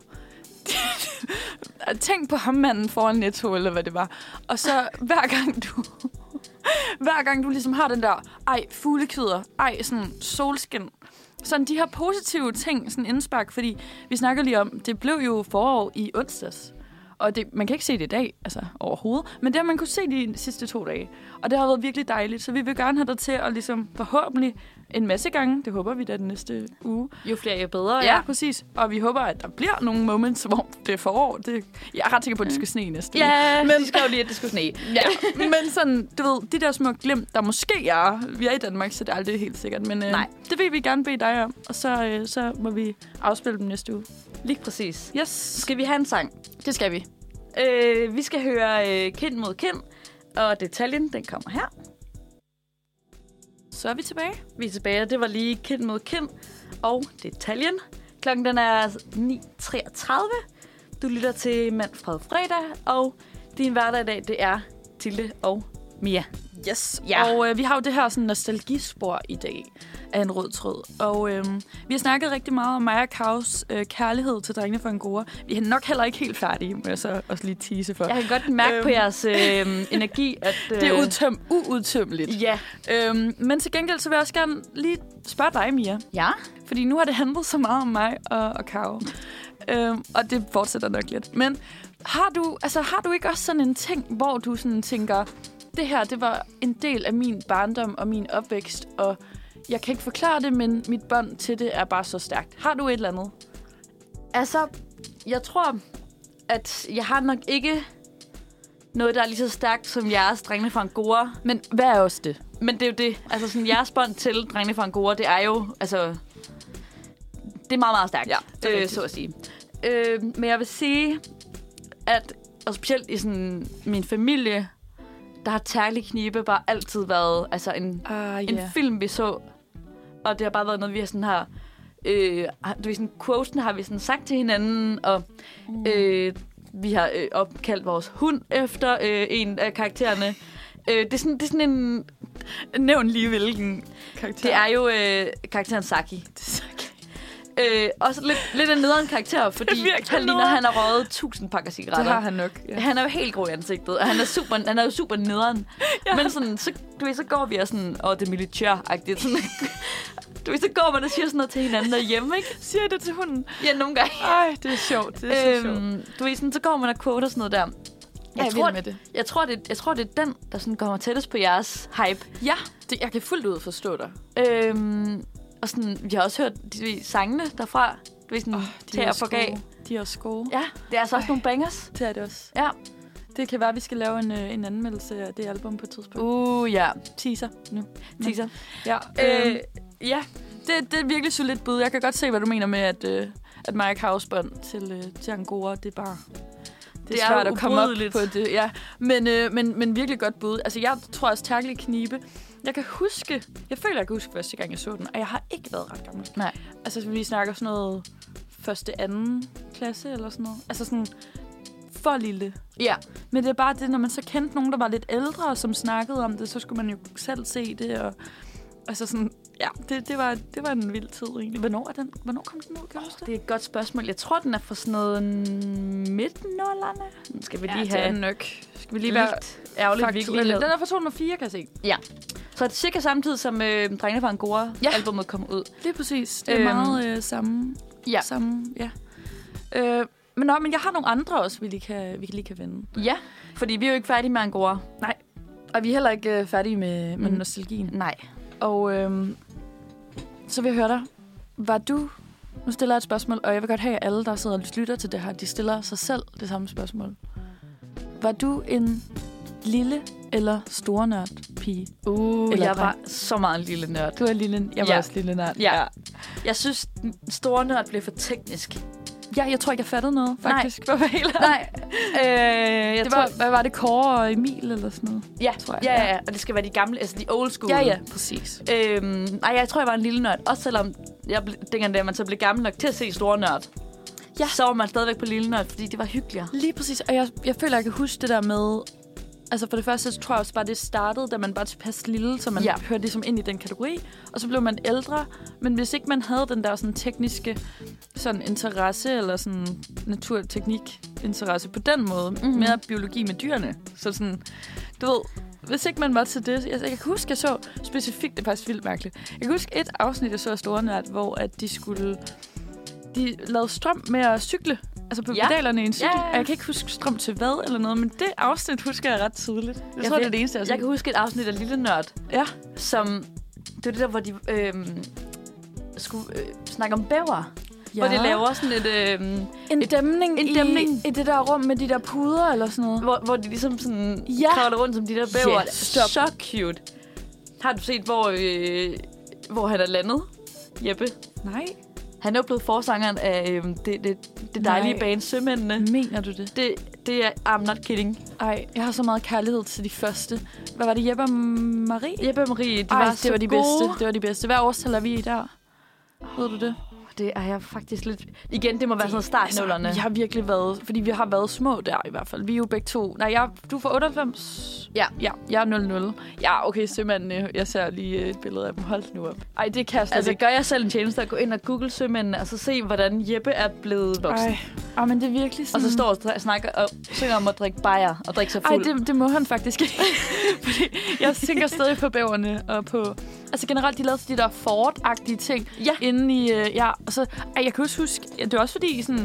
Tænk på ham manden foran Netto, eller hvad det var. Og så hver gang du... Hver gang du ligesom har den der, ej, fuglekvider, ej, sådan solskin. Sådan de her positive ting, sådan indspark, fordi vi snakker lige om, det blev jo forår i onsdags. Og det, man kan ikke se det i dag, altså overhovedet. Men det har man kunne se de sidste to dage. Og det har været virkelig dejligt. Så vi vil gerne have dig til at ligesom forhåbentlig en masse gange, det håber vi da den næste uge. Jo flere, jo bedre. Ja, præcis. Og vi håber, at der bliver nogle moments, hvor det er forår. Det, jeg er ret sikker på, at det skal sne næste uge. Ja, men de skrev lige, at det skulle sne. Ja, men sådan, du ved, de der små glimt, der måske er, vi er i Danmark, så det er aldrig helt sikkert, men øh, Nej. det vil vi gerne bede dig om, og så, øh, så må vi afspille dem næste uge. Lige præcis. Yes, Skal vi have en sang? det skal vi. Øh, vi skal høre øh, Kind mod Kind, og detaljen, den kommer her. Så er vi tilbage. Vi er tilbage, det var lige Kind mod Kind og detaljen. Klokken den er ni treogtredive. Du lytter til Manfred Fredag, og din hverdag i dag, det er Tilde og Mia. Yes, Ja. og øh, vi har jo det her sådan nostalgispor i dag af en rød tråd. Og øh, vi har snakket rigtig meget om mig og Kaos øh, kærlighed til drengene fra Angora. Vi er nok heller ikke helt færdige, må jeg så også lige tease for. Jeg kan godt mærke øhm. på Øhm. jeres øh, energi, at... Øh, Det er udtøm, uudtømmeligt. Ja. Øhm, men til gengæld så vil jeg også gerne lige spørge dig, Mia. Ja? Fordi nu har det handlet så meget om mig og, og Karo. øhm, og det fortsætter nok lidt. Men Har du, altså, har du ikke også sådan en ting, hvor du sådan tænker, det her, det var en del af min barndom og min opvækst, og jeg kan ikke forklare det, men mit bånd til det er bare så stærkt. Har du et eller andet? Altså, jeg tror, at jeg har nok ikke noget, der er lige så stærkt som jeres Drengene fra Angora. Men hvad er også det? Men det er jo det. Altså, sådan, jeres bånd til Drengene fra Angora, det er jo, altså, det er meget, meget stærkt, ja, øh, så at sige. Øh, men jeg vil sige, at, og specielt i sådan min familie, der har Terkel Knibe bare altid været altså en, uh, en yeah. film, vi så. Og det har bare været noget, vi har sådan her... Øh, du ved, sådan, quoten har vi sådan sagt til hinanden, og mm. øh, vi har øh, opkaldt vores hund efter øh, en af karaktererne. Øh, det, er sådan, det er sådan en... Nævn lige hvilken karakter. Det er jo øh, karakteren Saki. Saki. Øh, også lidt, lidt en nederen karakter, fordi han ligner, han har røget tusind pakker cigaretter. Det har han nok, ja. Han er jo helt grå i ansigtet, og han er, super, han er jo super nederen. Ja. Men sådan, så, du ved, så går vi og sådan, åh, det er militær-agtigt. Sådan, du ved, så går man og siger sådan noget til hinanden derhjemme, ikke? Siger jeg det til hunden? Ja, nogle gange. Ej, det er sjovt, det er så øhm, sjovt. Du ved, sådan, så går man og quoter sådan noget der. Jeg, jeg tror, med det. Jeg, tror, det, jeg tror, det er den, der sådan kommer tættest på jeres hype. Ja, det, jeg kan fuldt ud forstå dig. Øhm, og sådan, vi har også hørt de ved, sangene derfra. Du ved, sådan, oh, de er for gay. De er også gode. Ja, det er altså også Ej, nogle bangers. Det er det også. Ja. Det kan være, at vi skal lave en, en anmeldelse af det album på et tidspunkt. Uh, ja. Teaser nu. Teaser. Ja. Øh, øh, ja, det, det er virkelig solidt bud. Jeg kan godt se, hvad du mener med, at, øh, at Mike Housebånd til, øh, til Angora, det er bare... Det er, det er svært at komme op på det. Ja. Men, øh, men, men virkelig godt bud. Altså, jeg tror også, Terkel Knibe... Jeg kan huske... Jeg føler, jeg kan huske første gang, jeg så den. Og jeg har ikke været ret gammel. Nej. Altså, vi snakker sådan noget... Første, anden klasse eller sådan noget. Altså sådan... For lille. Ja. Men det er bare det, når man så kendte nogen, der var lidt ældre, som snakkede om det, så skulle man jo selv se det. Og, altså sådan... Ja, det, det, var, det var en vild tid egentlig. Hvornår, er den, hvornår kom den ud, kan du huske det? Det er et godt spørgsmål. Jeg tror, den er fra sådan noget midt-nullerne. Skal vi lige ja, have... det er nok. Skal vi lige være ærgerligt virkelig. Den er fra to tusind og fire, kan jeg se. Ja. Så er det cirka samtidig, som øh, Drengene fra Angora ja. albumet kom ud. Det er præcis. Det er øhm, meget øh, samme. Ja. Samme, ja. Øh, men, nå, men jeg har nogle andre også, vi lige kan, vi lige kan vende. Ja, fordi vi er jo ikke færdige med Angora. Nej. Og vi er heller ikke øh, færdige med, med mm. nostalgien. Nej. Og øh, så vil jeg høre dig. Var du... Nu stiller jeg et spørgsmål, og jeg vil godt have, at alle, der sidder og lytter til det her, de stiller sig selv det samme spørgsmål. Var du en lille eller store nørd pige? Uh, eller jeg dreng? var så meget en lille nørd. Du er lille, jeg var ja. også lille nørd. Ja. ja. Jeg synes, store nørd blev for teknisk. Ja, jeg tror ikke, jeg fattede noget, faktisk. Nej. Helt Nej. Øh, jeg det tror, var, hvad var det, Kåre og Emil eller sådan noget? Ja, tror jeg. Ja, ja, og det skal være de gamle, altså de old school. Ja, ja, præcis. Øhm, ej, jeg tror, jeg var en lille nørd. Også selvom jeg dengang, da man så blev gammel nok til at se store nørd. Ja. Så var man stadigvæk på lille nørd, fordi det var hyggeligere. Lige præcis, og jeg, jeg føler, jeg kan huske det der med... Altså for det første, så tror jeg også bare, det startede, da man bare tilpas lille, så man ja. hørte ligesom ind i den kategori. Og så blev man ældre. Men hvis ikke man havde den der sådan tekniske sådan interesse, eller sådan naturteknik-interesse på den måde, mm-hmm. med biologi med dyrene. Så sådan, du ved, hvis ikke man var til det... Jeg, jeg kan huske, jeg så specifikt, det er faktisk vildt mærkeligt. Jeg kan huske et afsnit, jeg så af Store Nørd, hvor at de skulle... De lavede strøm med at cykle. Altså på ja. pedalerne i en cykel. Ja. Jeg kan ikke huske strøm til hvad eller noget, men det afsnit husker jeg ret tydeligt. Jeg, jeg tror, det er det eneste, jeg Jeg kan huske et afsnit af Lille Nørd, ja. som... Det var det der, hvor de øhm, skulle øh, snakke om bæver. Ja. Hvor de laver sådan et... Øhm, en et, dæmning, en dæmning. I, i det der rum med de der puder eller sådan noget. Hvor, hvor de ligesom sådan ja. kravler rundt som de der bæver. Yes. Så cute. Har du set, hvor, øh, hvor han er landet? Jeppe? Nej. Han er jo blevet forsangeren af øhm, det, det, det dejlige Nej. band Sømændene. Mener du det? det? Det er I'm not kidding. Ej, jeg har så meget kærlighed til de første. Hvad var det? Jeppe og Marie? Jeppe og Marie, de Ej, var det så var de gode. bedste. Det var de bedste. Hvad årstal er vi i der? Ved du det? Det er jeg faktisk lidt... Igen, det må være sådan startnullerne. Altså, vi har virkelig været... Fordi vi har været små der i hvert fald. Vi er jo begge to... Nej, jeg, du er fra otteoghalvfems. Ja. Ja, jeg er nul nul. Ja, okay, sømændene. Jeg ser lige et billede af dem. Hold nu op. Ej, det kan jeg slet Altså, ikke. gør jeg selv en tjeneste at gå ind og google sømændene, og så se, hvordan Jeppe er blevet voksen. Ej, Ej men det er virkelig sådan... Og så står og snakker og synger om at drikke bajer og drikke sig fuld. Ej, det, det må han faktisk ikke. Fordi jeg tænker stadig på bæverne og på... Altså generelt, de lavede de der Ford-agtige ting ja. inde i... Øh, ja, og så... Ej, jeg kan også huske... Ja, det var også fordi sådan...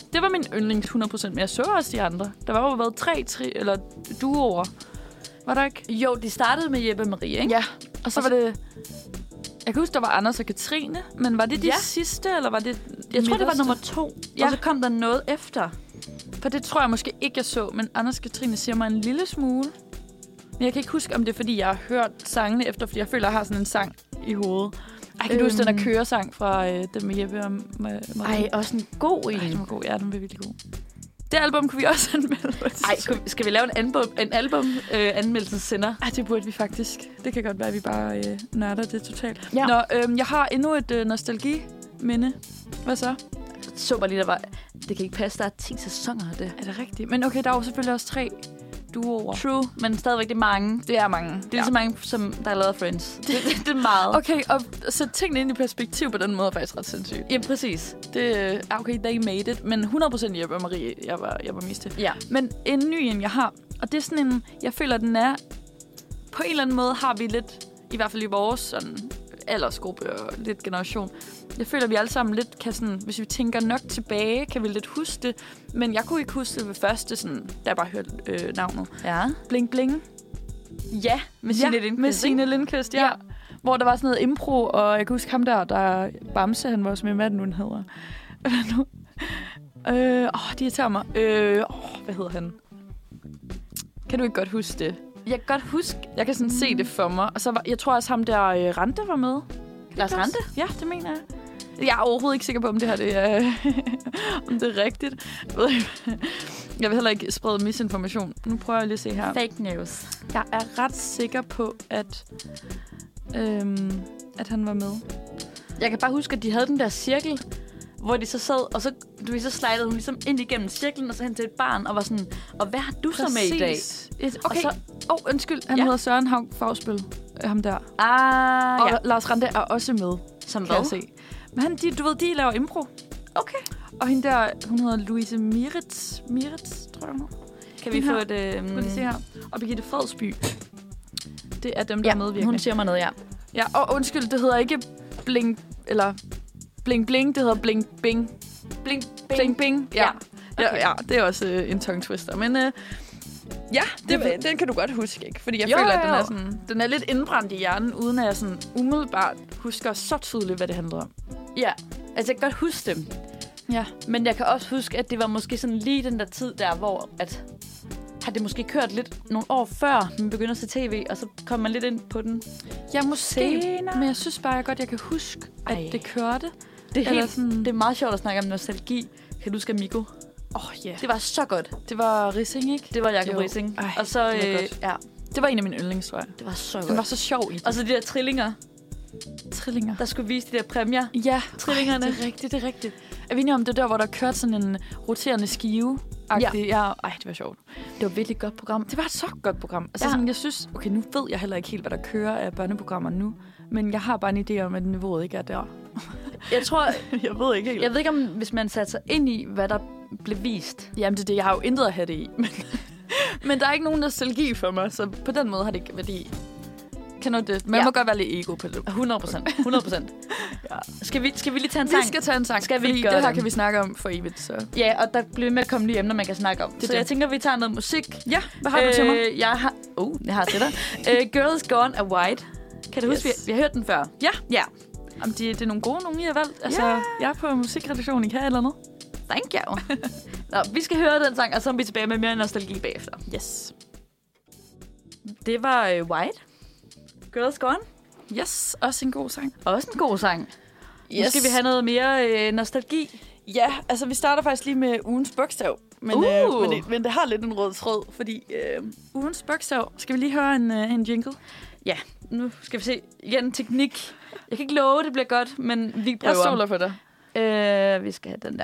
Det var min yndlings hundrede procent, men jeg så også de andre. Der var jo været tre, tre eller duoer. Var der ikke? Jo, de startede med Jeppe Marie, ikke? Ja, og så og var det... Jeg kan huske, der var Anders og Katrine, men var det de ja. sidste, eller var det... Jeg tror, det var nummer to, ja. Og så kom der noget efter. For det tror jeg måske ikke, jeg så, men Anders og Katrine siger mig en lille smule. Men jeg kan ikke huske, om det er, fordi jeg har hørt sangene efter, fordi jeg føler, jeg har sådan en sang i hovedet. Ej, kan øhm. du huske den der køresang fra øh, den med Jeppe og Marie? Ej, også en god en. Ej, den var god. Ja, den var virkelig god. Det album kunne vi også anmelde. Ej, skal vi lave en album, en album øh, anmeldelsessender? Ej, det burde vi faktisk. Det kan godt være, at vi bare øh, nørder det totalt. Ja. Nå, øh, jeg har endnu et øh, nostalgi-minde. Hvad så? Så bare lige, der var... Det kan ikke passe, der er ti sæsoner af det. Er det rigtigt? Men okay, der er jo selvfølgelig også tre duoer. True, men stadigvæk det er mange. Det er mange. Det er ja. så mange, som der er lavet Friends. Det, det, det er meget. Okay, og så tingene ind i perspektiv på den måde er faktisk ret sindssygt. Ja, præcis. Det er okay, they made it. Men hundrede procent Jeppe og Marie, jeg var, jeg var mest til. Ja. Men en ny en, jeg har, og det er sådan en, jeg føler, den er, på en eller anden måde har vi lidt, i hvert fald i vores sådan, aldersgruppe og lidt generation, jeg føler, at vi alle sammen lidt kan sådan, hvis vi tænker nok tilbage, kan vi lidt huske det. Men jeg kunne ikke huske det ved første, sådan, da jeg bare hørte øh, navnet. Ja. Bling Bling. Ja, med Signe ja, Lindqvist. med Signe Lindqvist, ja. ja. Hvor der var sådan noget impro, og jeg kan huske ham der, der Bamse, han var også med, hvad den nu hedder. øh, åh, de irriterer mig. Øh, åh, hvad hedder han? Kan du ikke godt huske det? Jeg kan godt huske. Jeg kan sådan mm. se det for mig. Og så var, jeg tror også, ham der øh, Rante var med. Lars Rante? Ja, det mener jeg. Jeg er overhovedet ikke sikker på, om det her det er, om det er rigtigt. Jeg vil heller ikke sprede misinformation. Nu prøver jeg lige at se her. Fake news. Jeg er ret sikker på, at, øhm, at han var med. Jeg kan bare huske, at de havde den der cirkel, hvor de så sad, og så, du ved, så slidede hun ligesom ind igennem cirklen, og så hen til et barn, og var sådan, og hvad har du Præcis. så med i dag? Et, okay. Åh, oh, undskyld. Han ja. hedder Søren Haug Fagsbøl. Ham der. Ah, og ja. Lars Rante er også med. Som hvad? Se. Men han, de, du ved, de laver impro. Okay. Og hende der, hun hedder Louise Miritz. Miritz, tror jeg, hun Kan vi få et... Øh, Prøv lige se her. Og Birgitte Fredsby. Det er dem, der ja, er medvirkende. hun siger mig noget, ja. Ja, og undskyld, det hedder ikke Bling... Eller... Bling Bling, det hedder Bling Bing. Bling Bing. Bling Bing, ja. Ja, okay. ja, ja det er også øh, en tongue twister. Men øh, ja, det, det, den kan du godt huske, ikke? Fordi jeg jo, føler, at den er, sådan, den er lidt indbrændt i hjernen, uden at jeg sådan umiddelbart husker så tydeligt, hvad det handler om. Ja, altså jeg kan godt huske dem. Ja. Men jeg kan også huske, at det var måske sådan lige den der tid der, hvor at har det måske kørt lidt nogle år før, man begynder at se tv, og så kommer man lidt ind på den. Ja, måske. Senere. Men jeg synes bare jeg godt, jeg kan huske, at Ej. det kørte. Det er, helt, sådan... det er meget sjovt at snakke om nostalgi. Kan du huske Amigo? Åh, oh, ja. Yeah. Det var så godt. Det var Rissing, ikke? Det var Jacob Rissing. Ej, og så, det var øh, godt. Ja. Det var en af mine yndlings, tror jeg. Det var så godt. Den var så sjov i det. Og så de der trillinger. Trillinger? Der skulle vise de der præmier. Ja. Trillingerne. Ej, det er rigtigt, det er rigtigt. Er vi enige om det der, hvor der kørte sådan en roterende skive? Ja. ja. Ej, det var sjovt. Det var et virkelig godt program. Det var et så godt program. Altså, ja. sådan, jeg synes... Okay, nu ved jeg heller ikke helt, hvad der kører af børneprogrammer nu. Men jeg har bare en idé om, at niveauet ikke er der. Jeg tror... jeg ved ikke helt. Jeg ved ikke, om hvis man satte sig ind i, hvad der blev vist. Jamen, det er det. Jeg har jo intet at have det i. Men, men der er ikke nogen nostalgi for mig, så på den måde har det ikke værdi. Kan du det? Man ja. må godt være lidt ego på det. hundrede procent. hundrede procent. ja. Skal vi, skal vi lige tage en sang? Vi skal tage en sang. Skal vi fordi gøre det her den? Kan vi snakke om for evigt. Så. Ja, og der bliver med at komme nye emner, man kan snakke om. Det så det. Jeg tænker, vi tager noget musik. Ja, hvad har øh, du til mig? Jeg har... Uh, jeg har til dig. uh, Girl is Gone af White. Kan du yes. huske, vi, vi har hørt den før? Ja. Ja. Jamen, det, det er nogle gode, nogle I har valgt. Altså, yeah. Jeg er på musikredaktionen. I kan eller andet. Thank you. Nå, vi skal høre den sang, og så er vi tilbage med mere nostalgi bagefter. Yes. Det var uh, White. Girl is Gone. Yes, også en god sang. Også en god sang. Yes. Nu skal vi have noget mere øh, nostalgi. Ja, altså vi starter faktisk lige med ugens bogstav. Men, uh. øh, men, det, men det har lidt en rød tråd, fordi øh, ugens bogstav... Skal vi lige høre en, øh, en jingle? Ja, nu skal vi se. Igen, teknik. Jeg kan ikke love, det bliver godt, men vi prøver. Jeg stoler på dig. Øh, vi skal have den der.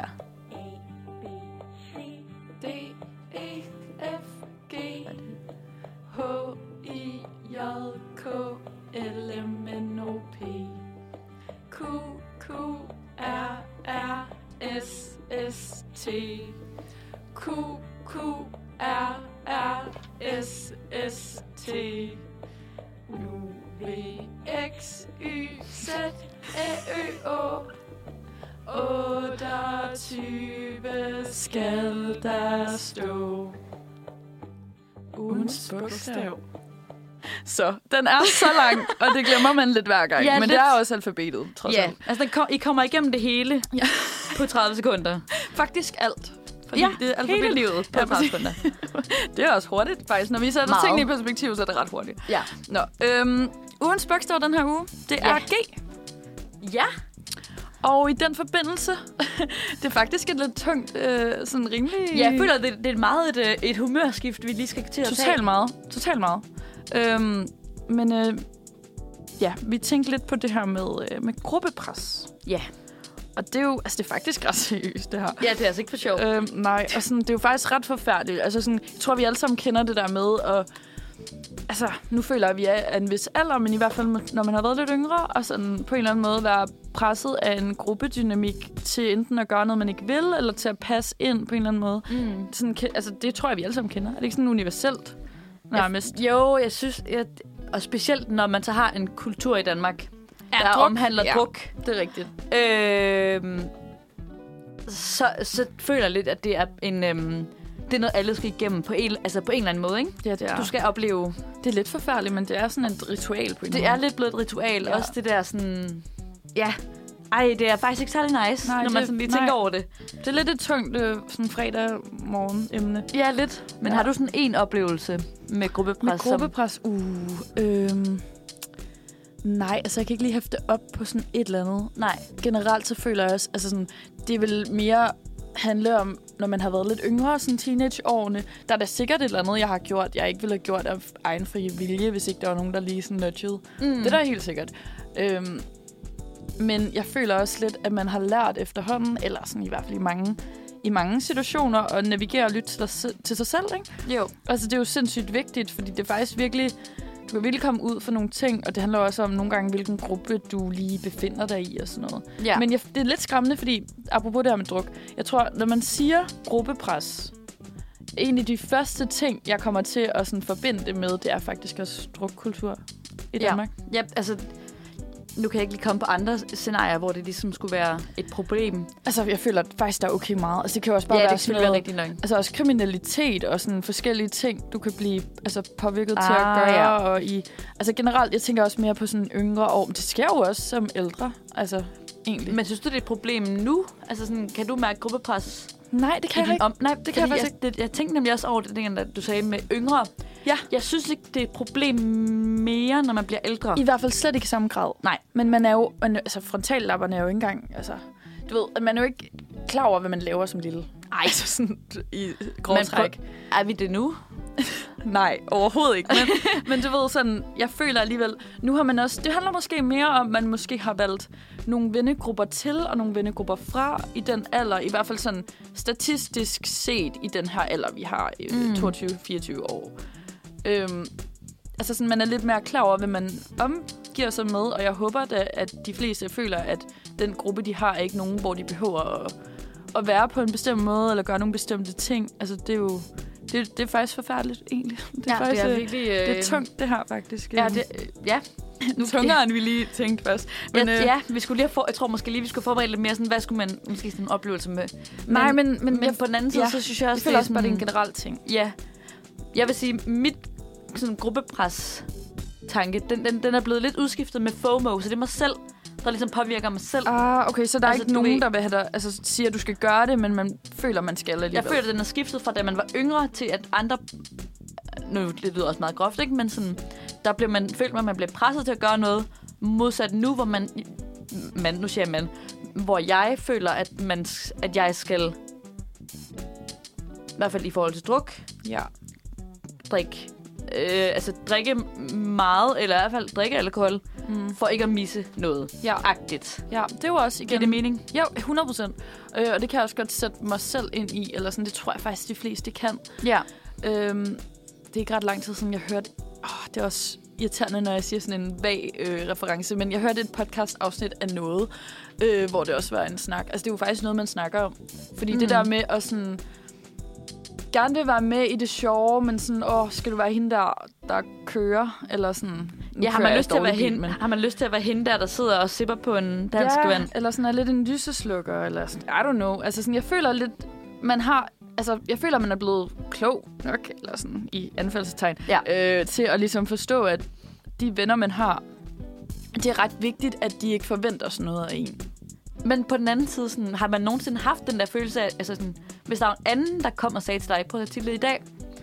D, E, F, G, H, I, J, K, L, M, N, O, P, Q, Q, R, R, S, S, T, Q, Q, R, R, S, S, T, U, V, X, Y, Z, Æ, Ø, Å, otteogtyve skal der stå. Ugens bogstav. Så, den er så lang, og det glemmer man lidt hver gang. Ja, men lidt. det er også alfabetet, trods Ja, alt. altså den kom, I kommer igennem det hele Ja. på tredive sekunder. Faktisk alt. Fordi Ja, det er alfabetet. hele livet på Ja, tredive præcis. sekunder. Det er også hurtigt, faktisk. Når vi sætter Meget. tingene i perspektiv, så er det ret hurtigt. Ja. Nå, øhm, ugens bogstav den her uge, det er Ja. G. Ja. Og i den forbindelse, det er faktisk et lidt tungt, øh, sådan rimelig... Ja, jeg føler, det, det er meget et, et humørskift, vi lige skal til at tage. Totalt meget. Totalt meget. Øhm, men øh, ja, vi tænkte lidt på det her med, øh, med gruppepres. Ja. Og det er jo, altså det er faktisk ret seriøst, det her. Ja, det er altså ikke for sjov. Øhm, nej, og sådan, det er jo faktisk ret forfærdeligt. Altså sådan, jeg tror, vi alle sammen kender det der med, og altså, nu føler jeg, at vi er af en vis alder, men i hvert fald, når man har været lidt yngre, og sådan på en eller anden måde være presset af en gruppedynamik til enten at gøre noget, man ikke vil, eller til at passe ind på en eller anden måde. Mm. Sådan, altså, det tror jeg, vi alle sammen kender. Er det ikke sådan universelt? Nærmest. Jeg, jo, jeg synes, jeg, og specielt når man så har en kultur i Danmark, Ja, der druk. omhandler Ja. druk, Det er rigtigt. øh, så, så føler jeg lidt, at det er en... Øhm, det er noget, alle skal igennem på en, altså på en eller anden måde, ikke? Ja, det er. Du skal opleve... Det er lidt forfærdeligt, men det er sådan et ritual på en Det måde. er lidt blevet et ritual. Ja. Ja. Også det der sådan... Ja. Ej, det er faktisk ikke særlig nice, Nej, når man det- sådan lige nej. tænker over det. Det er lidt et tungt øh, sådan fredag morgen emne. Ja, lidt. Men Ja. har du sådan en oplevelse med gruppepres? Med gruppepres? Uh, øhm, nej, altså jeg kan ikke lige hæfte op på sådan et eller andet. Som, nej. Generelt så føler jeg også, altså sådan, det vil mere handle om, når man har været lidt yngre, sådan teenageårene, der er der sikkert et eller andet, jeg har gjort, jeg ikke ville have gjort af egen fri vilje, hvis ikke der var nogen, der lige sådan nudgede. Mm. Det er der helt sikkert. Øhm, men jeg føler også lidt, at man har lært efterhånden, eller sådan i hvert fald i mange, i mange situationer, at navigere og lytte til, dig, se- til sig selv, ikke? Jo. Altså, det er jo sindssygt vigtigt, fordi det er faktisk virkelig... Du kan virkelig komme ud for nogle ting, og det handler også om nogle gange, hvilken gruppe du lige befinder dig i og sådan noget. Ja. Men jeg, det er lidt skræmmende, fordi, apropos det her med druk, jeg tror, når man siger gruppepres, en af de første ting, jeg kommer til at sådan forbinde det med, det er faktisk også drukkultur i Ja. Danmark. Ja, altså... Nu kan jeg ikke lige komme på andre scenarier, hvor det ligesom skulle være et problem. Altså, jeg føler at faktisk, der er okay meget. Altså, det kan jo også bare Ja, være det sådan kan være noget... rigtig nok. Altså også kriminalitet og sådan forskellige ting, du kan blive altså, påvirket ah, til at Ah, gøre. ja. Og i, altså generelt, jeg tænker også mere på sådan yngre år. Men det sker jo også som ældre, altså egentlig. Men, Men synes du, det er et problem nu? Altså sådan, kan du mærke gruppepres? nej, det kan i jeg din ikke. Om, nej, det kan jeg jeg faktisk jeg, det, jeg tænkte nemlig også over det, dengang, da du sagde med yngre. Ja. Jeg synes ikke, det er et problem mere, når man bliver ældre. I hvert fald slet ikke i samme grad. Nej. Men man er jo, man, altså frontallapperne er jo ikke engang, altså, du ved, at man er jo ikke klar over, hvad man laver som lille. Ej, altså sådan i grov Men træk. Er vi det nu? Nej, overhovedet ikke. Men, men du ved sådan, jeg føler alligevel, nu har man også, det handler måske mere om, at man måske har valgt nogle vennegrupper til og nogle vennegrupper fra i den alder, i hvert fald sådan statistisk set i den her alder, vi har, Mm. toogtyve til fireogtyve år. Øhm, altså sådan, man er lidt mere klar over, hvad man omgiver sig med, og jeg håber da, at de fleste føler, at den gruppe, de har, er ikke nogen, hvor de behøver at, at være på en bestemt måde, eller gøre nogle bestemte ting. Altså, det er jo det, det er faktisk forfærdeligt, egentlig. Det er, Ja, faktisk, det er øh, virkelig... Øh, det er tungt, det her, faktisk. Ja, det, øh, ja. Nu tungere, end vi lige tænkte først. Men, Men, ja, øh, ja, vi skulle lige have for, jeg tror måske lige, vi skulle forberede lidt mere sådan, hvad skulle man måske sådan en oplevelse med. nej, men, men, men jeg, på den anden side, ja, så synes jeg jeg også, føler det også bare, det er en sådan- generel ting. Ja. Jeg vil sige, mit sådan gruppepres-tanke, den, den, den er blevet lidt udskiftet med FOMO, så det er mig selv, der ligesom påvirker mig selv. Ah, okay, så der er Altså, ikke du nogen, ved- der vil have dig, altså, siger, at du skal gøre det, men man føler, man skal alligevel. Jeg føler, at den er skiftet fra, da man var yngre, til at andre... Nu, det lyder også meget groft, ikke? Men sådan, der blev man, følte man, at man blev presset til at gøre noget, modsat nu, hvor man... man nu siger jeg man. Hvor jeg føler, at, man, at jeg skal... I hvert fald i forhold til druk, Ja. drikke... Øh, altså drikke meget, eller i hvert fald drikke alkohol, Mm. for ikke at misse noget. Ja. Agtigt. Ja, det er jo også igen... Giver det mening? Ja, hundrede procent. Øh, og det kan jeg også godt sætte mig selv ind i, eller sådan, det tror jeg faktisk, de fleste kan. Ja. Øhm, det er ikke ret lang tid siden, jeg hørte... Åh, det er også irriterende, når jeg siger sådan en vag øh, reference, men jeg hørte et podcast-afsnit af noget, øh, hvor det også var en snak. Altså, det er jo faktisk noget, man snakker om. Fordi mm. det der med at sådan... gerne vil være med i det sjove, men sådan, åh, skal du være hende der, der kører? Eller sådan... Nu Ja, har kører man, jeg lyst til at være dårlig bil, hende, men- har man lyst til at være hende der, der sidder og sipper på en dansk ja, vand? eller sådan er lidt en lyseslukker, eller sådan, I don't know. Altså sådan, jeg føler lidt, man har... Altså, jeg føler, man er blevet klog nok, eller sådan i anfaldstegn, Ja. øh, til at ligesom forstå, at de venner, man har, det er ret vigtigt, at de ikke forventer sådan noget af en. Men på den anden side, sådan, har man nogensinde haft den der følelse af, altså sådan, hvis der er en anden, der kommer og sagde til dig, prøv at tage i dag,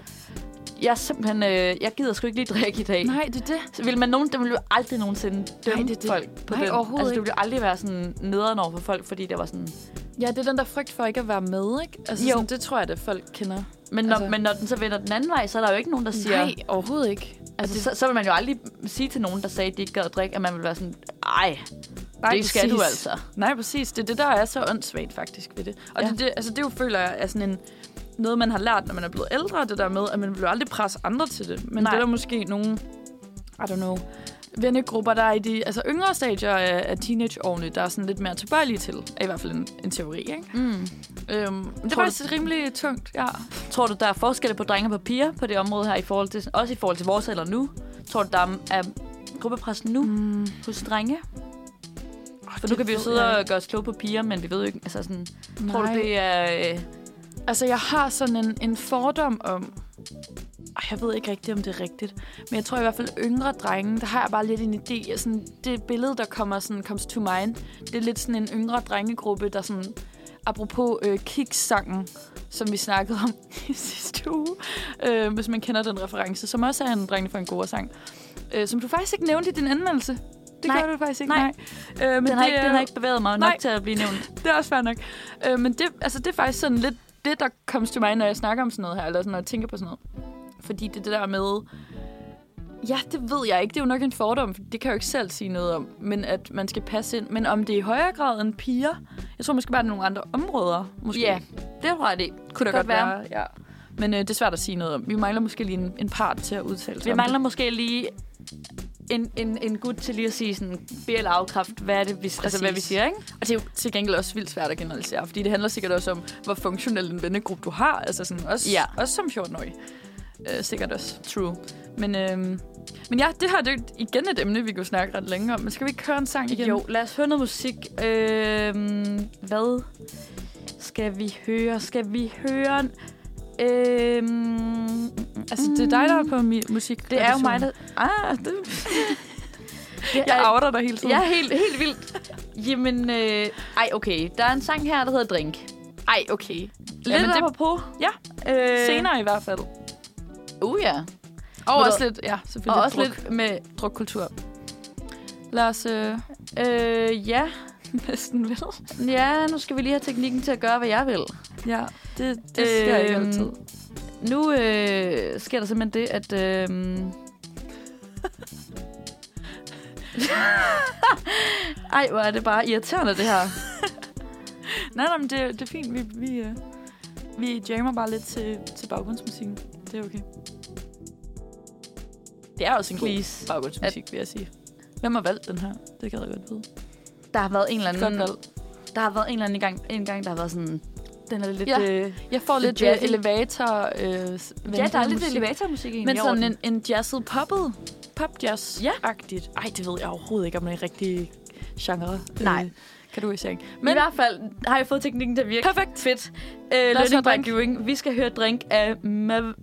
jeg er simpelthen, øh, jeg gider sgu ikke lige drikke i dag. Nej, det er det. Så vil man nogen, der vil jo aldrig nogensinde dømme Nej, det er det. folk på Nej, den. overhovedet Altså, ikke. det vil jo aldrig være sådan nederen over for folk, fordi det var sådan... Ja, det er den der frygt for ikke at være med, ikke? Altså, Jo. sådan, det tror jeg, at folk kender. Men når, Altså- men når den så vender den anden vej, så er der jo ikke nogen, der siger... Nej, overhovedet ikke. Altså, så, så vil man jo aldrig sige til nogen, der sagde, at de ikke gad at drikke, at man vil være sådan, ej, Nej, det skal præcis. du altså. Nej, præcis. Det er det, der er så åndssvagt faktisk ved det. Og Ja. ja. det, det, altså, det jo føler jeg er sådan en, noget, man har lært, når man er blevet ældre, det der med, at man vil jo aldrig presse andre til det. Men Nej. det er der måske nogle, I don't know, vennegrupper, der er i de altså, yngre stadier af, af teenageårene, der er sådan lidt mere tilbøjelige til. Er i hvert fald en, en teori, ikke? Mm. Øhm, det er Tror faktisk rimelig tungt, ja. Tror du, der er forskelle på drenge og på piger på det område her, i forhold til, også i forhold til vores alder nu? Tror du, der er, er gruppepres nu Mm. hos drenge? For nu det kan vi jo ved sidde jeg og gøre os kloge på piger, men vi ved jo ikke, altså sådan... Nej. Tror du, det er... Øh, Altså, jeg har sådan en, en fordom om... Ej, jeg ved ikke rigtigt, om det er rigtigt. Men jeg tror i hvert fald, yngre drenge, der har jeg bare lidt en idé. Sådan, det billede, der kommer sådan, comes to mind, det er lidt sådan en yngre drengegruppe, der sådan... Apropos øh, Kiks-sangen, som vi snakkede om i sidste uge, øh, hvis man kender den reference, som også er en drenge for en god sang, øh, som du faktisk ikke nævnte i din anmeldelse. Det Nej. gør du faktisk ikke, Nej. nej. Øh, men den, har det ikke, er- den har ikke bevæget mig Nej. nok til at blive nævnt. det er også fair nok. Øh, men det, altså, det er faktisk sådan lidt det, der kommer til mig, når jeg snakker om sådan noget her, eller sådan, når jeg tænker på sådan noget. Fordi det er det der med... Ja, det ved jeg ikke. Det er jo nok en fordom, for det kan jeg jo ikke selv sige noget om. Men at man skal passe ind. Men om det er i højere grad end piger... Jeg tror måske bare, det er nogle andre områder. Måske. Ja, det tror jeg, det kunne da godt godt være. være. Ja. Men øh, det er svært at sige noget om. Vi mangler måske lige en, en part til at udtale sig Vi om mangler det. måske lige en, en, en gut til lige at sige sådan, be eller afkræft, hvad er det, vi, altså, hvad vi siger, ikke? Og det er jo til gengæld også vildt svært at generalisere, fordi det handler sikkert også om, hvor funktionel en vennegruppe du har. Altså sådan, også, Ja. også som fjorten-årig. Øh, sikkert også. True. Men, øh, men ja, det her det er jo igen et emne, vi kunne snakke ret længe om. Men skal vi ikke høre en sang igen? Jo, lad os høre noget musik. Øh, hvad skal vi høre? Skal vi høre... Øh, Altså, det er dig, der er på mi- musik. det er jo mig, der... Ah, det... det Jeg outer dig hele tiden. Jeg er helt, helt vildt. Jamen, øh, ej, okay. Der er en sang her, der hedder Drink. Ej, okay. Lidt Jamen, det... det på. Ja, Øh, senere i hvert fald. Uh, ja. Og Ved også du- lidt, ja, Og selvfølgelig også druk, lidt med... drukkultur. Lad os øh, Øh, ja. næsten vel. Ja, nu skal vi lige have teknikken til at gøre, hvad jeg vil. Ja, det, det sker ikke Øhm, altid. Nu øh, sker der simpelthen det, at... Øh... Ej, hvor er det bare irriterende, det her. Nej, nej, men det, det er fint. Vi, vi, øh, vi jammer bare lidt til, til baggrundsmusikken. Det er okay. Det er også en Please. god baggrundsmusik, vil jeg sige. Hvem har valgt den her? Det kan jeg godt vide. Der har været en eller anden... Godt valg. Der har været en eller anden gang, en gang der har været sådan... Den er lidt... Ja. Øh... Jeg får Lidt lidt uh, jazzy. elevator øh, Ja, der er lidt musik. elevatormusik egentlig. Men i sådan orden. en, en jazzet poppet pop-jazz-agtigt. Ja. Ej, det ved jeg overhovedet ikke, om det er en rigtig genre. Nej. Øh, kan du ikke sige. Men i hvert fald har jeg fået teknikken til at virke. Perfekt. Fedt. os Øh, høre Learning by Drink. doing. Vi skal høre Drink af Mav...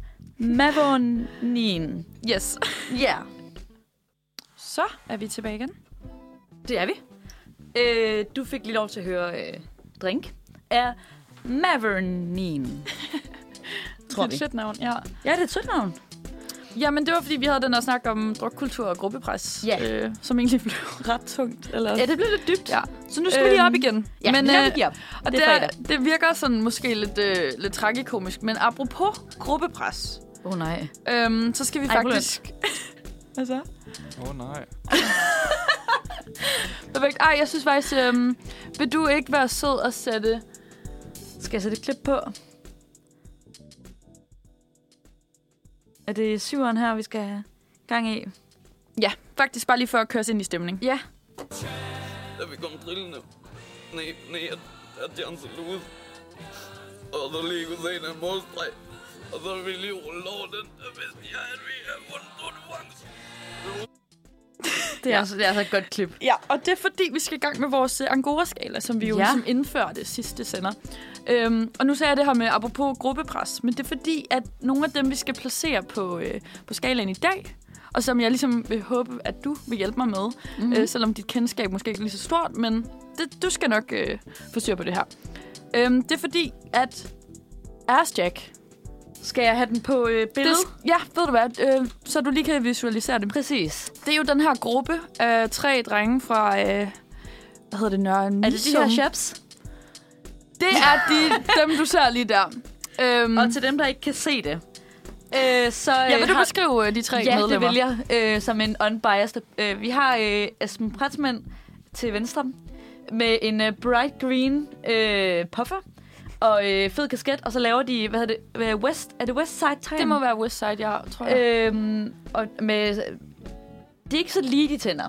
Mavonin. Yes. Ja, yeah. Så er vi tilbage igen. Det er vi. Øh, du fik lige lov til at høre øh, Drink af Mavonin. Tror det er vi. et sødt navn, ja. Ja, det er et sødt navn. Jamen, det var, fordi vi havde den der snak om drukkultur og gruppepres, Ja. øh, som egentlig blev ret tungt. Eller? Ja, det blev lidt dybt. Ja. Så nu skal øhm, vi lige op igen. Ja, men, men, øh, øh, vi op. og det det, er er, fredag. det virker sådan måske lidt, øh, lidt tragikomisk, men apropos gruppepres, Åh oh, nej. øhm, så skal vi Ej, faktisk... Hvad så? Åh oh, nej. Perfekt. Ej, jeg synes faktisk, øhm, vil du ikke være sød og sætte... Skal jeg sætte et klip på? Er det syveren her, vi skal have gang i? Ja, faktisk bare lige for at køre os ind i stemning. Ja. Da vi kom trillende ned, ned af Janselud, og så lige kunne se en målstreg, og så ville vi lige rulle over den, og hvis jeg havde vi havde vundet Tour de France. Det er, ja. altså, det er altså et godt klip. Ja, og det er fordi, vi skal i gang med vores Angora-skala, som vi jo ja. ligesom indførte sidste sender. Øhm, og nu sagde jeg det her med apropos gruppepres, men det er fordi, at nogle af dem, vi skal placere på, øh, på skalaen i dag, og som jeg ligesom vil håbe, at du vil hjælpe mig med, mm-hmm. øh, selvom dit kendskab måske ikke er lige så stort, men det, du skal nok øh, få styr på det her. Øhm, det er fordi, at Ass Jack... Skal jeg have den på øh, billedet? Det, ja, ved du hvad, øh, så du lige kan visualisere det. Præcis. Det er jo den her gruppe af tre drenge fra, øh, hvad hedder det, Nørre Nissum. Er det de her chaps? Det er de, dem, du ser lige der. Øhm, og til dem, der ikke kan se det. Øh, så, ja, vil du har... beskrive øh, de tre ja, medlemmer? Ja, det vil jeg, øh, som en unbiased. Øh, vi har øh, Esben Pretzmann til venstre, med en øh, bright green øh, puffer og øh, fed kasket, og så laver de, hvad hedder det, West, er det West Side Time? Det må være West Side, ja, tror jeg. Øhm, og med, de er ikke så lige, de tænder.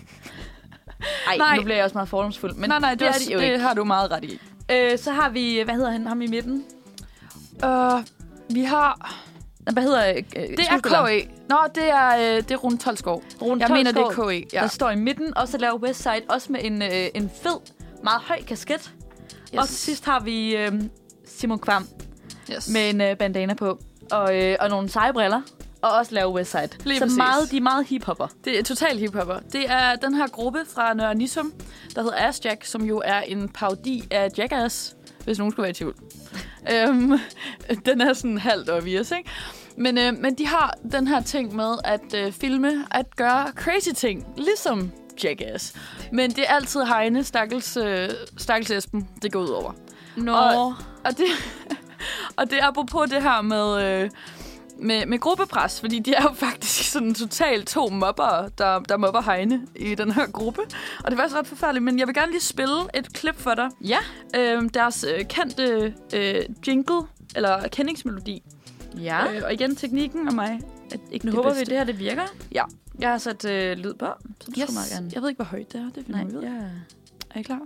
Ej, nej. Nu bliver jeg også meget fordomsfuld, men nej, nej, det, det, er de jo det ikke. Har du meget ret i. Øh, så har vi, hvad hedder han, ham i midten? Uh, vi har... Hvad hedder øh, det? Er K E. Nå, det er, øh, det er Rune Tolskov. Rune jeg Tolskov, mener, det er K E. Ja. Der står i midten, og så laver Westside også med en, øh, en fed, meget høj kasket. Yes. Og til sidst har vi øh, Simon Kvam yes. med en øh, bandana på, og, øh, og nogle seje briller, og også laver Westside. Lige så meget, de er meget hiphopper. Det er totalt hiphopper. Det er den her gruppe fra Nørre Nissum, der hedder Ass Jack, som jo er en parodi af Jackass, hvis nogen skulle være i tvivl. øhm, den er sådan halvt obvious, ikke? Men, øh, men de har den her ting med at øh, filme, at gøre crazy ting, ligesom Jackass. Men det er altid Heine, stakkels, øh, stakkels Esben, det går ud over. Nå. Og, og, det, og det er apropos det her med, øh, med, med gruppepres, fordi de er jo faktisk sådan totalt to mobber, der, der mobber Heine i den her gruppe. Og det er faktisk ret forfærdeligt, men jeg vil gerne lige spille et klip for dig. Ja. Øh, deres øh, kendte øh, jingle, eller kendingsmelodi. Ja. Øh, og igen, teknikken og mig. At ikke nu det håber bedste. vi, det her det virker. Ja. Jeg har sat øh, lyd på, så du yes. meget gerne. Jeg ved ikke, hvor højt det er. Det finder vi ud. Ja. Er I klar?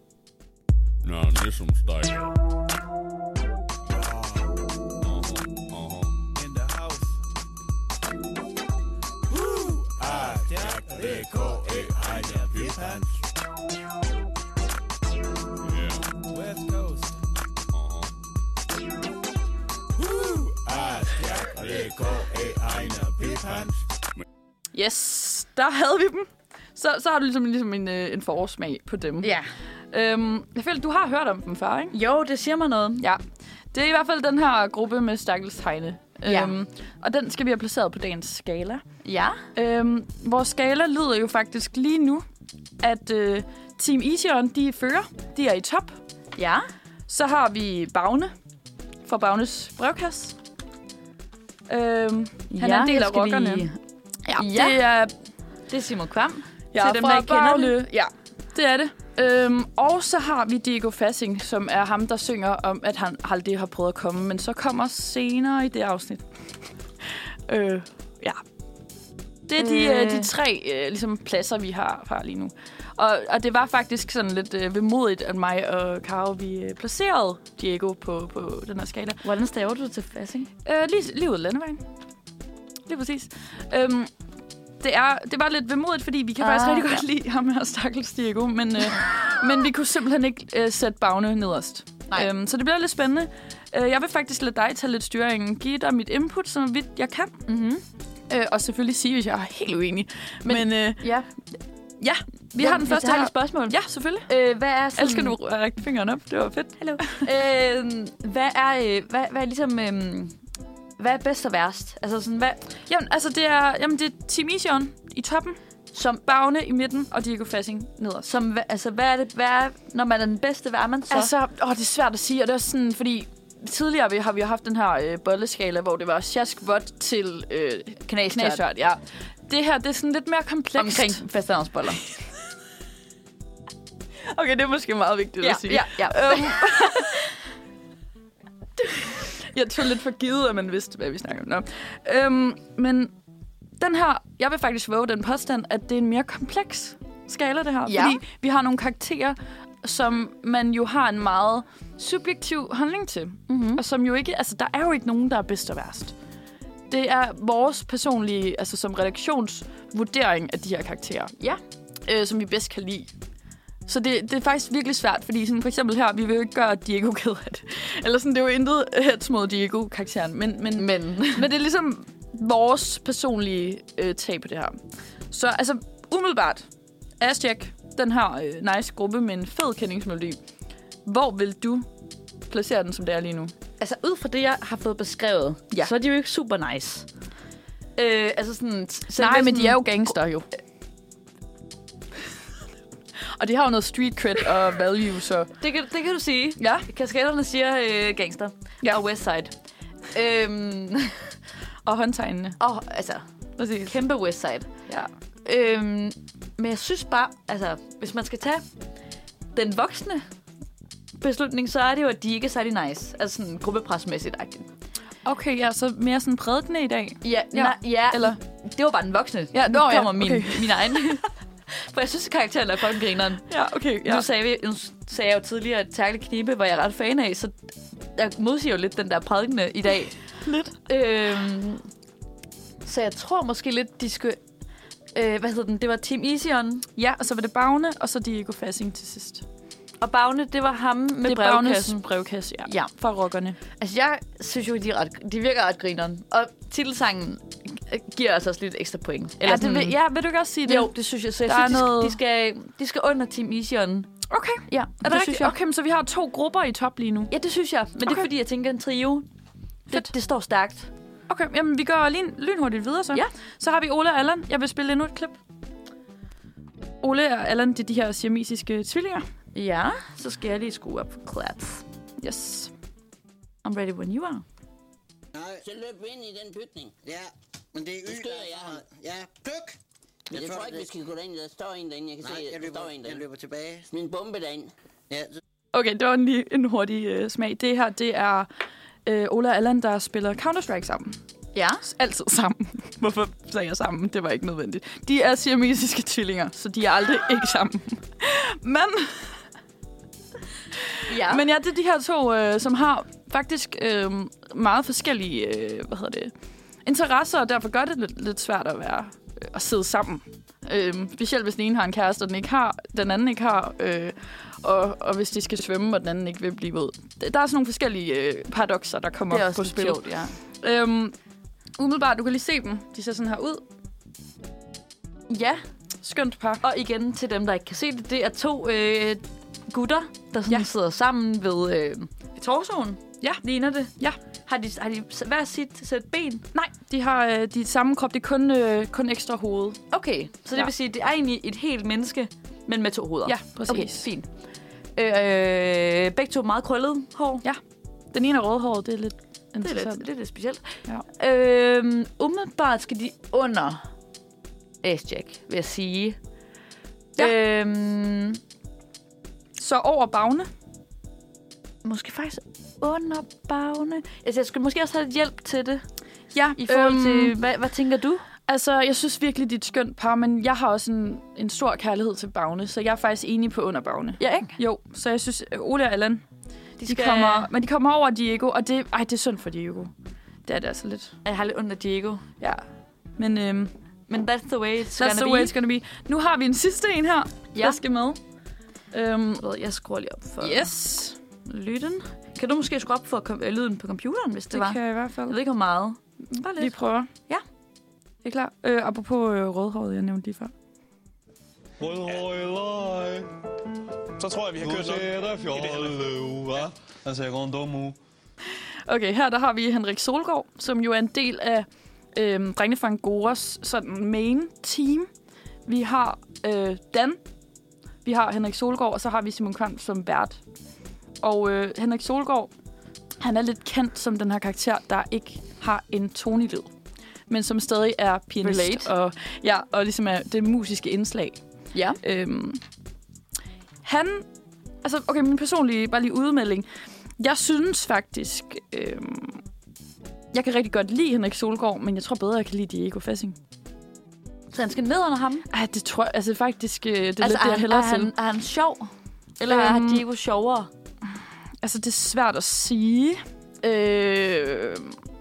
Nå, Nissum style. Yes, der havde vi dem. Så, så har du ligesom, ligesom en, en forårsmag på dem. Ja. Øhm, jeg føler, du har hørt om dem før, ikke? Jo, det siger mig noget. Ja. Det er i hvert fald den her gruppe med stakkels Heine. Ja. Øhm, og den skal vi have placeret på dagens skala. Ja. Øhm, vores skala lyder jo faktisk lige nu, at øh, Team Easion, de fører. De er i top. Ja. Så har vi Bagne fra Bagnes brevkasse. Øhm, han ja, er en del af rockerne. Vi... Ja, ja, det er... Det er Simon Kvam. Ja, til dem, der ikke kender det. Ja, det er det. Øhm, og så har vi Diego Fassing, som er ham, der synger om, at han aldrig har prøvet at komme, men så kommer senere i det afsnit. øh, ja. Det er de, øh. de tre øh, ligesom, pladser, vi har, har lige nu. Og, og det var faktisk sådan lidt øh, vemodigt, at mig og Caro, vi øh, placerede Diego på, på den her skala. Hvordan staver du til Fassing? Øh, lige, lige ud af landevejen. Lige præcis. Øhm, det, er, det var lidt vemodigt, fordi vi kan ah, faktisk rigtig ja. godt lide ham her stakkels Diego, men, øh, men vi kunne simpelthen ikke øh, sætte Bagne nederst. Øhm, så det bliver lidt spændende. Øh, jeg vil faktisk lade dig tage lidt styringen. Give dig mit input, så vidt jeg kan. Mm-hmm. Øh, og selvfølgelig sige, hvis jeg er helt uenig. Men, men øh, ja. Ja, vi ja, har den første her. her. Spørgsmål. Ja, selvfølgelig. Øh, hvad er sådan... Elsker du at række fingeren op? Det var fedt. Hallo. øh, hvad er, øh, hvad, hvad er ligesom... Øh, hvad er bedst og værst? Altså sådan, hvad... Jamen, altså, det er, jamen, det er Team Easion i toppen, som Bagne i midten, og Diego Fassing nederst. Som, altså, hvad er det, hvad er, når man er den bedste, hvad er man så? Altså, åh, det er svært at sige, og det er sådan, fordi tidligere vi, har vi haft den her øh, bolleskala, hvor det var sjask vådt til øh, knastørt. Ja. Det her, det er sådan lidt mere komplekst. Omkring fastelavnsboller. Okay, det er måske meget vigtigt ja, at sige. Ja, ja. Um, jeg tog lidt for givet, at man vidste, hvad vi snakker om. Nå. Um, men den her, jeg vil faktisk våge den påstand, at det er en mere kompleks skala, det her. Ja. Fordi vi har nogle karakterer, som man jo har en meget subjektiv holdning til. Mm-hmm. Og som jo ikke, altså der er jo ikke nogen, der er bedst og værst. det er vores personlige, altså som redaktionsvurdering af de her karakterer. Ja. Øh, som vi bedst kan lide. Så det, det er faktisk virkelig svært, fordi sådan for eksempel her, vi vil jo ikke gøre Diego ked af det. Eller sådan, det er jo intet hets mod Diego-karakteren, men, men, Men. men det er ligesom vores personlige øh, tag på det her. Så altså, umiddelbart, Aztec, den her øh, nice gruppe med en fed kendingsmelodi, hvor vil du placere den, som det er lige nu? Altså, ud fra det, jeg har fået beskrevet, Ja. så er de jo ikke super nice. Øh, altså sådan... Nej, men de er jo gangster jo. Og de har jo noget street cred og value, så... Det kan, det kan du sige. Ja. Kaskaderne siger øh, gangster. Ja. Og Westside. Øhm, Og håndtegnene. og altså, Præcis. kæmpe Westside. Ja. Øhm, men jeg synes bare, altså, hvis man skal tage den voksne beslutning, så er det jo, at de ikke er særlig nice. Altså sådan gruppepresmæssigt-agtigt. Okay, ja, så mere sådan prædikende i dag. Ja, Ja. nej, ja, Eller? det var bare den voksne. Ja, nu nå, ja, kommer min, okay. min egen. For jeg synes, at karakteren er fucking grineren. Ja, okay. Ja. Nu, sagde vi, nu sagde jeg jo tidligere, at Terkel Knibe var jeg ret fan af, så jeg modsiger jo lidt den der prædikende i dag. Lidt. Øhm, så jeg tror måske lidt, de skulle... Øh, hvad hedder den? Det var Team Ision. Ja, og så var det Bagne, og så Diego Fassing til sidst. Og Bagne, det var ham med det er Bagnes brevkassen. brevkasse, ja. Ja. For rockerne. Altså, jeg synes jo, de, er ret, de virker ret grineren. Og titelsangen giver os også lidt ekstra point. Eller ja, det vil, ja, vil du ikke også sige det? Jo, det synes jeg. Så jeg Der synes, er de, noget- de, skal, de skal under Team Ision. Okay. Ja, Er det, det synes rigtigt? jeg. Okay, men så vi har to grupper i top lige nu. Ja, det synes jeg. Men okay. det er fordi, jeg tænker en trio. Fedt. Det, det står stærkt. Okay, jamen vi går lige lynhurtigt videre så. Ja. Så har vi Ole og Allan. Jeg vil spille endnu et klip. Ole og Allan, det er de her siamesiske tvillinger. Ja, så skal jeg lige skrue op for claps. Yes. I'm ready when you are. Nej, Så løb vi ind i den bygning. ja, men det er Nu y, skyder der jeg er ham. for- Ja, dyk! Men jeg tror, tror ikke, det- vi skal gå derind. Der står en derinde. Jeg kan Nej, se, jeg der løber, står en jeg derinde. løber tilbage. Smid en bombe derind. Ja, så- Okay, det var en, lige en hurtig øh, smag. Det her, det er øh, Ole og Allan, der spiller Counter-Strike sammen. Ja. Altid sammen. Hvorfor sagde jeg sammen? Det var ikke nødvendigt. De er siamesiske tvillinger, så de er aldrig ikke sammen. Men, Ja. men ja, det er de her to, øh, som har faktisk øh, meget forskellige øh, hvad hedder det, interesser, og derfor gør det lidt, lidt svært at være øh, at sidde sammen. Øh, specielt hvis den ene har en kæreste, og den ikke har, den anden ikke har, øh, og, og hvis de skal svømme, og den anden ikke vil blive våd. Der er sådan nogle forskellige øh, paradoxer, der kommer det er også på lidt spil. sjovt, ja. Øhm, umiddelbart, du kan lige se dem. De ser sådan her ud. Ja, Skønt par. og igen til dem, der ikke kan se det, det er to øh, gutter, der sådan Ja. ja. sidder sammen ved, øh, ved torsoen. Ja. Ligner det? Ja. Har de, har de hver sit sæt ben? Nej, de har øh, de samme krop. Det er kun, øh, kun ekstra hoved. Okay, så det Ja. vil sige, at det er egentlig et helt menneske, men med to hoveder. Ja, præcis. Okay, fint. Øh, begge to meget krøllet hår. Ja. Den ene er rødhåret, det er lidt Det er interessant. lidt, det er lidt specielt. Ja. Øh, umiddelbart skal de under Ace-Jack, vil jeg sige. Ja. Øh, Så over Bagne. måske faktisk under Bagne. Altså, jeg skulle måske også have lidt hjælp til det. Ja, I forhold øhm, til, hvad, hvad tænker du? Altså, jeg synes virkelig, det er et skønt par, men jeg har også en, en stor kærlighed til Bagne, så jeg er faktisk enig på under Bagne. Ja, ikke? Jo, så jeg synes, øh, Ole og Allan, de, skal- de kommer, men de kommer over Diego, og det, ej, det er synd for Diego. Det er det altså lidt. Jeg har lidt under Diego. Ja, men øhm, Men that's the way it's that's gonna the be. way it's gonna be. Nu har vi en sidste en her, Ja. der skal med. Øhm, Ved, Jeg skruer lige op for yes, lyden. Kan du måske skrue op for kom- øh, lyden på computeren, hvis det, det var? kan jeg i hvert fald. Jeg ved ikke, hvor meget. Bare Vi lidt. prøver. Ja. Det er klar. Øh, apropos øh, rødhåret, jeg nævnte lige før. Rødhår i løg. Så tror jeg, vi har kørt nok. Sætter fjollet, hva? Altså, jeg går en dum uge. Okay, her der har vi Henrik Solgaard, som jo er en del af øh, Drengene fra Angoras sådan main team. Vi har øh, Dan, vi har Henrik Solgaard, og så har vi Simon Kvam som vært. Og øh, Henrik Solgaard, han er lidt kendt som den her karakter, der ikke har en tonelyd, men som stadig er pianist. Relate. Og, ja, og ligesom er det musiske indslag. Ja. Øhm, han, altså okay, min personlige, bare lige udmelding. Jeg synes faktisk, øhm, jeg kan rigtig godt lide Henrik Solgaard, men jeg tror bedre, jeg kan lide Diego Fassing. Så han skal ned under ham? Ej, det tror jeg, altså faktisk, øh, det er Altså, lidt det, er, jeg han, hellere er, til. han, er han sjov? Eller er Øhm, Diego sjovere? Altså, det er svært at sige. Øh,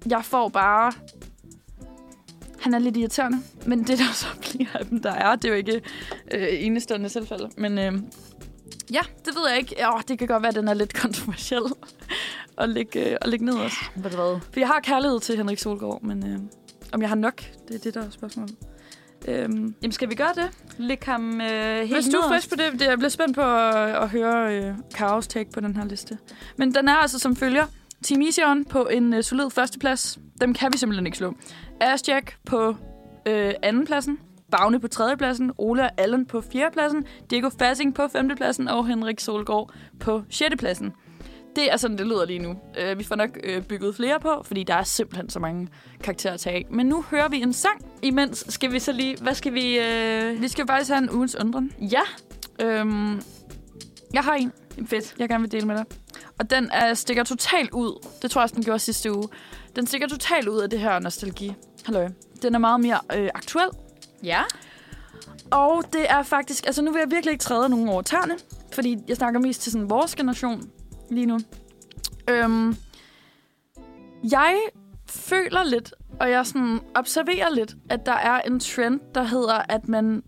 jeg får bare... Han er lidt irriterende, men det der så flere af dem, der er, det er jo ikke øh, enestående tilfælde. Men øh, ja, det ved jeg ikke. Oh, det kan godt være, at den er lidt kontroversiel at lægge, øh, at lægge ned også. Ved du hvad? For jeg har kærlighed til Henrik Solgaard, men øh, om jeg har nok, det er det, der er spørgsmålet. Øhm, Jamen, skal vi gøre det? Læg ham øh, helt Hvis du er nederst. frisk på det, det jeg bliver spændt på at, at høre øh, Kaos take på den her liste. Men den er altså som følger. Team Ision på en øh, solid førsteplads. Dem kan vi simpelthen ikke slå. Asjack på øh, andenpladsen. Bagne på tredjepladsen. Ole og Allen på fjerdepladsen. Diego Fassing på femtepladsen. Og Henrik Solgaard på sjettepladsen. Det er sådan, det lyder lige nu. Uh, vi får nok uh, bygget flere på, fordi der er simpelthen så mange karakterer at tage af. Men nu hører vi en sang. Imens skal vi så lige... Hvad skal vi... Øh... Vi skal faktisk have en ugens undren. Ja. Øhm, jeg har en. Fedt. Jeg gerne vil dele med dig. Og den er, stikker totalt ud. Det tror jeg også, den gjorde sidste uge. Den stikker totalt ud af det her nostalgi. Halløj. Den er meget mere øh, aktuel. Ja. Og det er faktisk... Altså, nu vil jeg virkelig ikke træde nogen over tæerne. Fordi jeg snakker mest til sådan vores generation lige nu. Øhm, jeg føler lidt, og jeg sådan observerer lidt, at der er en trend, der hedder, at man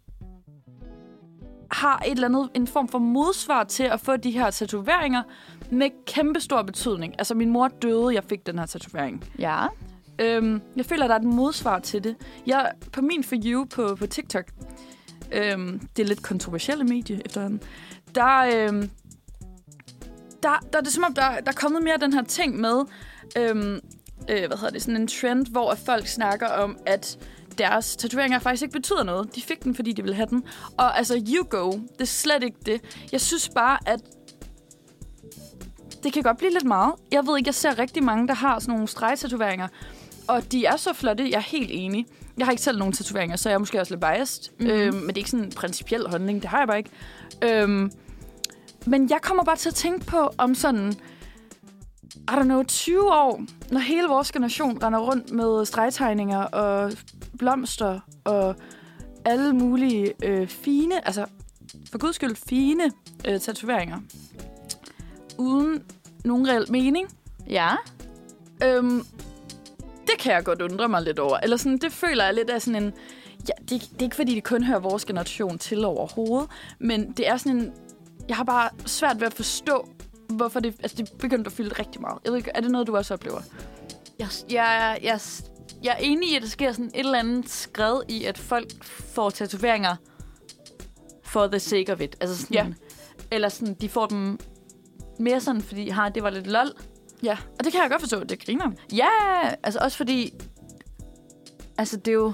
har et eller andet, en form for modsvar til at få de her tatoveringer med kæmpestor betydning. Altså, min mor døde, jeg fik den her tatovering. Ja. Øhm, jeg føler, der er et modsvar til det. Jeg, på min For You på, på TikTok, øhm, det er lidt kontroversielle medie efterhånden, der, øhm, der, der er det som om, der, der er kommet mere den her ting med, øhm, øh, hvad hedder det, sådan en trend, hvor folk snakker om, at deres tatoveringer faktisk ikke betyder noget. De fik den, fordi de ville have den. Og altså, you go. Det er slet ikke det. Jeg synes bare, at det kan godt blive lidt meget. Jeg ved ikke, jeg ser rigtig mange, der har sådan nogle stregtatoveringer. Og de er så flotte. Jeg er helt enig. Jeg har ikke selv nogen tatoveringer, så jeg er måske også lidt biased. Mm-hmm. Øhm, men det er ikke sådan en principiel holdning. Det har jeg bare ikke. Øhm, men jeg kommer bare til at tænke på om sådan... I don't know, tyve år, når hele vores generation render rundt med stregtegninger og blomster og alle mulige øh, fine, altså for guds skyld fine øh, tatoveringer, uden nogen reel mening. Ja. Øhm, det kan jeg godt undre mig lidt over. Eller sådan, det føler jeg lidt af sådan en... Ja, det, det er ikke fordi, det kun hører vores generation til overhovedet, men det er sådan en... Jeg har bare svært ved at forstå, hvorfor det, altså det begyndte at fylde rigtig meget. Jeg ved ikke, er det noget, du også oplever? Jeg, jeg, jeg, jeg er enig i, at der sker sådan et eller andet skred i, at folk får tatoveringer for the sake of it. Altså sådan, ja. Eller sådan, de får dem mere sådan, fordi ha, det var lidt lol. Ja, og det kan jeg godt forstå, det griner. Ja, altså også fordi, altså det er jo,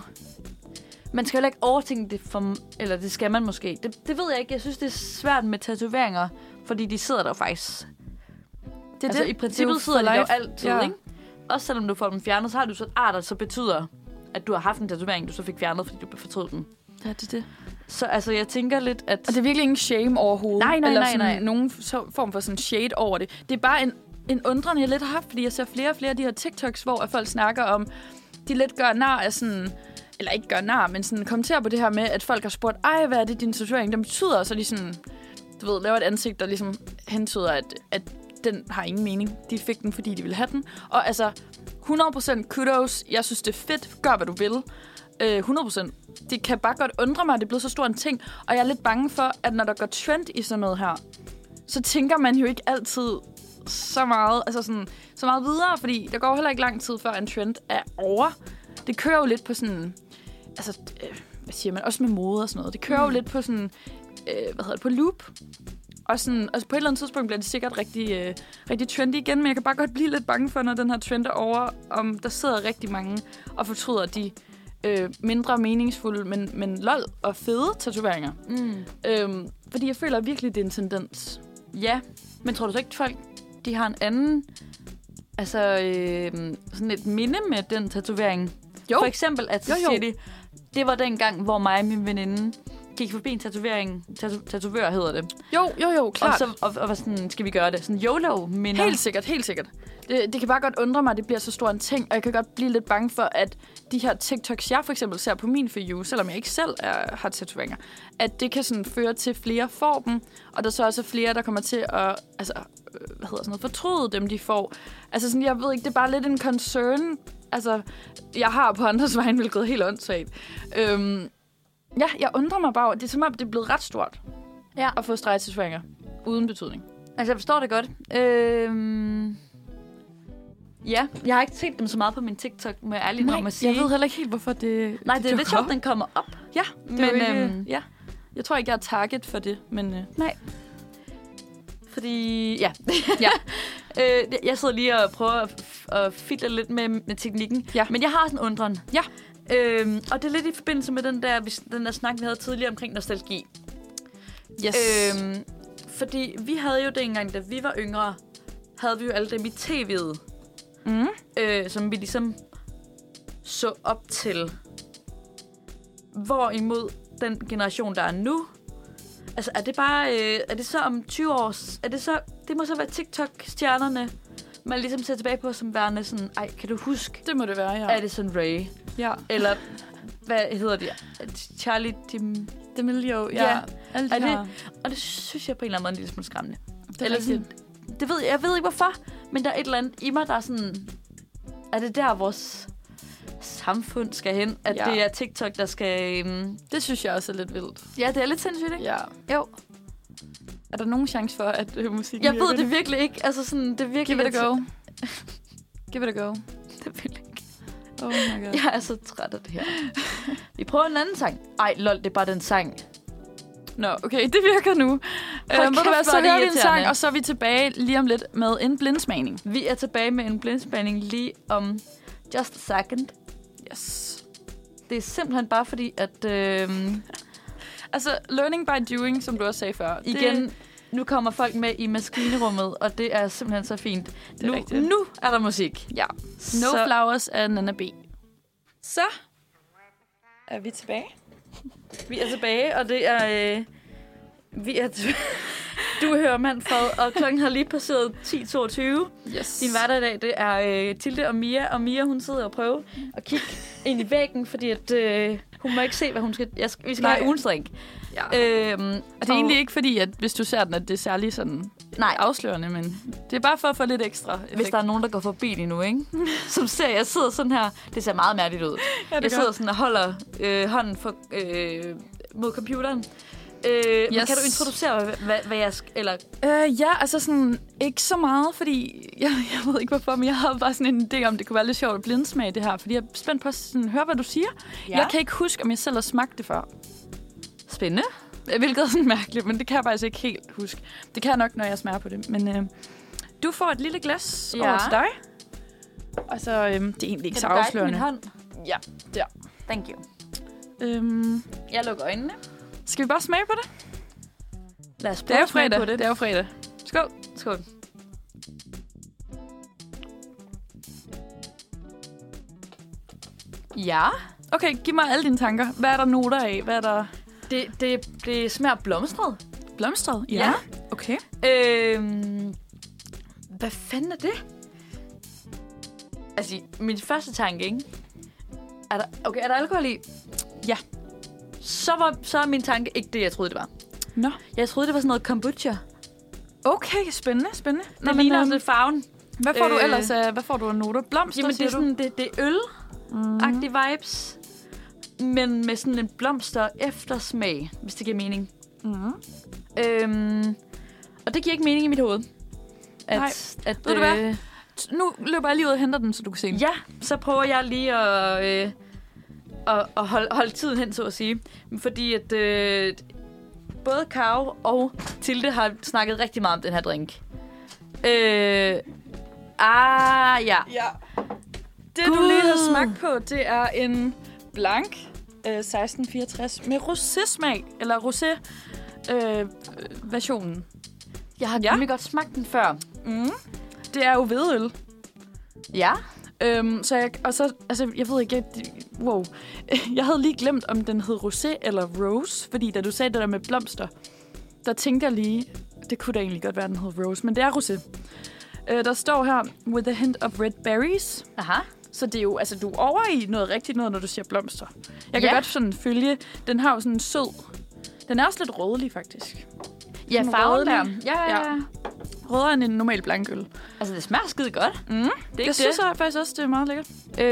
man skal jo ikke overtænke det, for, eller det skal man måske. Det, det ved jeg ikke. Jeg synes, det er svært med tatoveringer, fordi de sidder der faktisk. Det er altså det. i princippet sidder de der jo altid, ja. ikke? Også selvom du får dem fjernet, så har du så et art, der så betyder, at du har haft en tatovering, du så fik fjernet, fordi du fortrød den. Ja, det er det. Så altså, jeg tænker lidt, at... Og det er virkelig ingen shame overhovedet. Nej, nej, eller nej, sådan nej. nogen form for sådan shade over det. Det er bare en, en undren, jeg lidt har haft, fordi jeg ser flere og flere af de her TikToks, hvor at folk snakker om, de lidt gør nar af sådan... Eller ikke gør nar, men sådan kommenterer på det her med, at folk har spurgt, ej, hvad er det, din tatovering, den betyder? Og så de sådan, du ved, laver et ansigt, der ligesom hentyder, at, at den har ingen mening. De fik den, fordi de ville have den. Og altså, hundrede procent kudos. Jeg synes, det er fedt. Gør, hvad du vil. Øh, hundrede procent. Det kan bare godt undre mig, at det er blevet så stor en ting. Og jeg er lidt bange for, at når der går trend i sådan noget her, så tænker man jo ikke altid så meget, altså sådan, så meget videre, fordi der går heller ikke lang tid, før en trend er over. Det kører jo lidt på sådan, altså, øh, hvad siger man, også med mode og sådan noget. Det kører mm. jo lidt på sådan, øh, hvad hedder det, på loop. Og sådan, altså på et eller andet tidspunkt bliver det sikkert rigtig, øh, rigtig trendy igen, men jeg kan bare godt blive lidt bange for, når den her trend er over, om der sidder rigtig mange og fortryder de øh, mindre meningsfulde, men, men lol og fede tatoveringer. Mm. Øhm, fordi jeg føler virkelig, det er en tendens. Ja, men tror du så ikke, at folk de har en anden, altså øh, sådan et minde med den tatovering? Jo. For eksempel, at så jo, jo. siger de, det var den gang, hvor mig og min veninde gik forbi en tatovering, tatu- tatovør hedder det. Jo, jo, jo, klart. Og så og, og, og sådan, skal vi gøre det? Sådan YOLO-minder. Helt sikkert, helt sikkert. Det, det kan bare godt undre mig, at det bliver så stor en ting, og jeg kan godt blive lidt bange for, at de her TikToks, jeg for eksempel ser på min For You, selvom jeg ikke selv er, har tatoveringer, at det kan sådan føre til flere får dem, og der så også er flere, der kommer til at, altså, hvad hvad hedder sådan noget, fortryde dem, de får. Altså sådan, jeg ved ikke, det er bare lidt en concern, altså, jeg har på andres vejen, hvilket er helt åndssvagt. Øhm, ja, jeg undrer mig bare, det er som om, det er blevet ret stort Ja. at få stregtatoveringer uden betydning. Altså, jeg forstår det godt. Øhm... Ja, jeg har ikke set dem så meget på min TikTok, må jeg ærligt Nej, om at sige. jeg ved heller ikke helt, hvorfor det Nej, det er lidt dukker sjovt, op. den kommer op. Ja, det Men, men, er jo ikke, øhm, ja. Jeg tror ikke, jeg er target for det, men... Øh, Nej. Fordi, ja. Ja. øh, jeg sidder lige og prøver at, at fiddle lidt med, med teknikken. Ja. Men jeg har sådan en undren. Ja. Øhm, og det er lidt i forbindelse med den der, den der snak, vi havde tidligere omkring nostalgi. yes. Øhm, fordi vi havde jo dengang, da vi var yngre, havde vi jo alle dem i tv'et, mm. øh, som vi ligesom så op til. Hvorimod den generation, der er nu, altså er det bare, øh, er det så om tyve år, er det så, det må så være TikTok-stjernerne, man ligesom ser tilbage på som værende sådan, ej, kan du huske, Det må det være, ja. Addison Rae? Ja. Eller, hvad hedder det? Charlie Dim... D'Amelio, ja. Ja. Alt Er det, det- her. Og det synes jeg på en eller anden måde er en lille smule skræmmende. Det er Eller rigtigt. sådan, det ved jeg, jeg ved ikke hvorfor, men der er et eller andet i mig, der er sådan, er det der vores samfund skal hen? At Ja. det er TikTok, der skal... Um... Det synes jeg også er lidt vildt. Ja, det er lidt sindssygt, ikke? Ja. Jo. Er der nogen chance for, at øh, musikken Jeg virker ved det virkelig ikke. Altså sådan, det er virkelig... Give it a go. Give it a go. Det vil jeg ikke. Oh my god. Jeg er så træt af det her. Vi prøver en anden sang. Ej, lol, det er bare den sang. Nå, okay, det virker nu. Øhm, kæft, ved du hvad, hvor så er det hører vi en irriterende. sang, og så er vi tilbage lige om lidt med en blindsmagning. Vi er tilbage med en blindspaning lige om just a second. Yes. Det er simpelthen bare fordi, at... Øh, Altså, learning by doing, som du også sagde før. igen, Det, nu kommer folk med i maskinerummet, og det er simpelthen så fint. det er Nu, rigtigt. nu er der musik. Ja. No Så- Flowers af Nana B. Så er vi tilbage. Vi er tilbage, og det er... Øh, vi er t- du hører Manfred, og klokken har lige passeret ti toogtyve. Yes. Din hverdag i dag, det er øh, Tilde og Mia, og Mia, hun sidder og prøver at kigge ind i væggen, fordi at, øh, hun må ikke se, hvad hun skal... Jeg skal vi skal Nej. have ugens drink. Ja. Øhm, Og det er egentlig ikke fordi, at hvis du ser den, at det er særlig sådan Nej, afslørende, men det er bare for at få lidt ekstra effekt. hvis der er nogen, der går forbi lige nu, ikke? Som ser, jeg sidder sådan her. Det ser meget mærkeligt ud. Ja, det Jeg gør. sidder sådan og holder øh, hånden for, øh, mod computeren. Øh, yes. Men Yes. kan du introducere, hvad, hvad, hvad jeg... Sk- eller, Øh, ja, altså sådan, ikke så meget, fordi jeg, jeg ved ikke hvorfor, men jeg havde bare sådan en idé om, det kunne være lidt sjovt at blindsmage det her, fordi jeg er spændt på at sådan, høre, hvad du siger. Ja. Jeg kan ikke huske, om jeg selv har smagt det før. Spændende. Hvilket er sådan mærkeligt, men det kan jeg faktisk ikke helt huske. Det kan jeg nok, når jeg smager på det. Men øh, du får et lille glas Ja. over til dig. Og så, øh, det er egentlig ikke så Kan du guide afslørende. min hånd? Ja, der. Thank you. Øhm, Jeg lukker øjnene. skal vi bare smage på det? Lad os Det prøve er jo at smage fredag. på det. Det er jo fredag. Skål. Skål. Ja. Okay, giv mig alle dine tanker. Hvad er der noter af? Hvad er der Det, det, det smager blomstret. blomstret? Ja. Okay. Øhm, hvad fanden er det? Altså, min første tanke, ikke? Er der, okay, er der alkohol i? Ja. Så, var, så er min tanke ikke det, jeg troede, det var. Nå. Jeg troede, det var sådan noget kombucha. Okay, spændende, spændende. Det Nå, ligner også lidt farven. Hvad får øh, du øh, ellers af, hvad får du af noter? Blomster, Jamen, det er, siger du? sådan, det, det er øl-agtige mm. vibes. Men med sådan en blomster eftersmag, hvis det giver mening. Mm. Øhm, og det giver ikke mening i mit hoved. At, Nej. At, Ved du hvad? Nu løber jeg lige ud og henter den, så du kan se den. Ja, så prøver jeg lige at, øh, at, at holde, holde tiden hen, så at sige. Fordi at øh, både Karo og Tilde har snakket rigtig meget om den her drink. Øh, ah, ja. Ja. Det, Gud. du lige har smagt på, det er en blank øh, seksten fireogtres med rosé-smag, eller rosé-versionen. Jeg har Ja. nemlig godt smagt den før. Mm. Det er jo hvedøl. Ja. Øhm, så jeg, og så, altså, jeg ved ikke, jeg, wow. Jeg havde lige glemt, om den hed rosé eller rose, fordi da du sagde det der med blomster, der tænkte jeg lige, det kunne da egentlig godt være, den hed rose, men det er rosé. Øh, der står her, with a hint of red berries. Aha. Så det er jo, altså, du er over i noget rigtig noget, når du siger blomster. Jeg kan Ja. godt sådan følge, den har jo sådan en sød, den er også lidt rødlig, faktisk. Ja, Sådan farven der. rødlig. Ja, ja, Ja. ja. Rødere end en normal blankøl. Altså, det smager skide godt. Mm. Det er ikke Jeg synes jeg faktisk også, det er meget lækkert.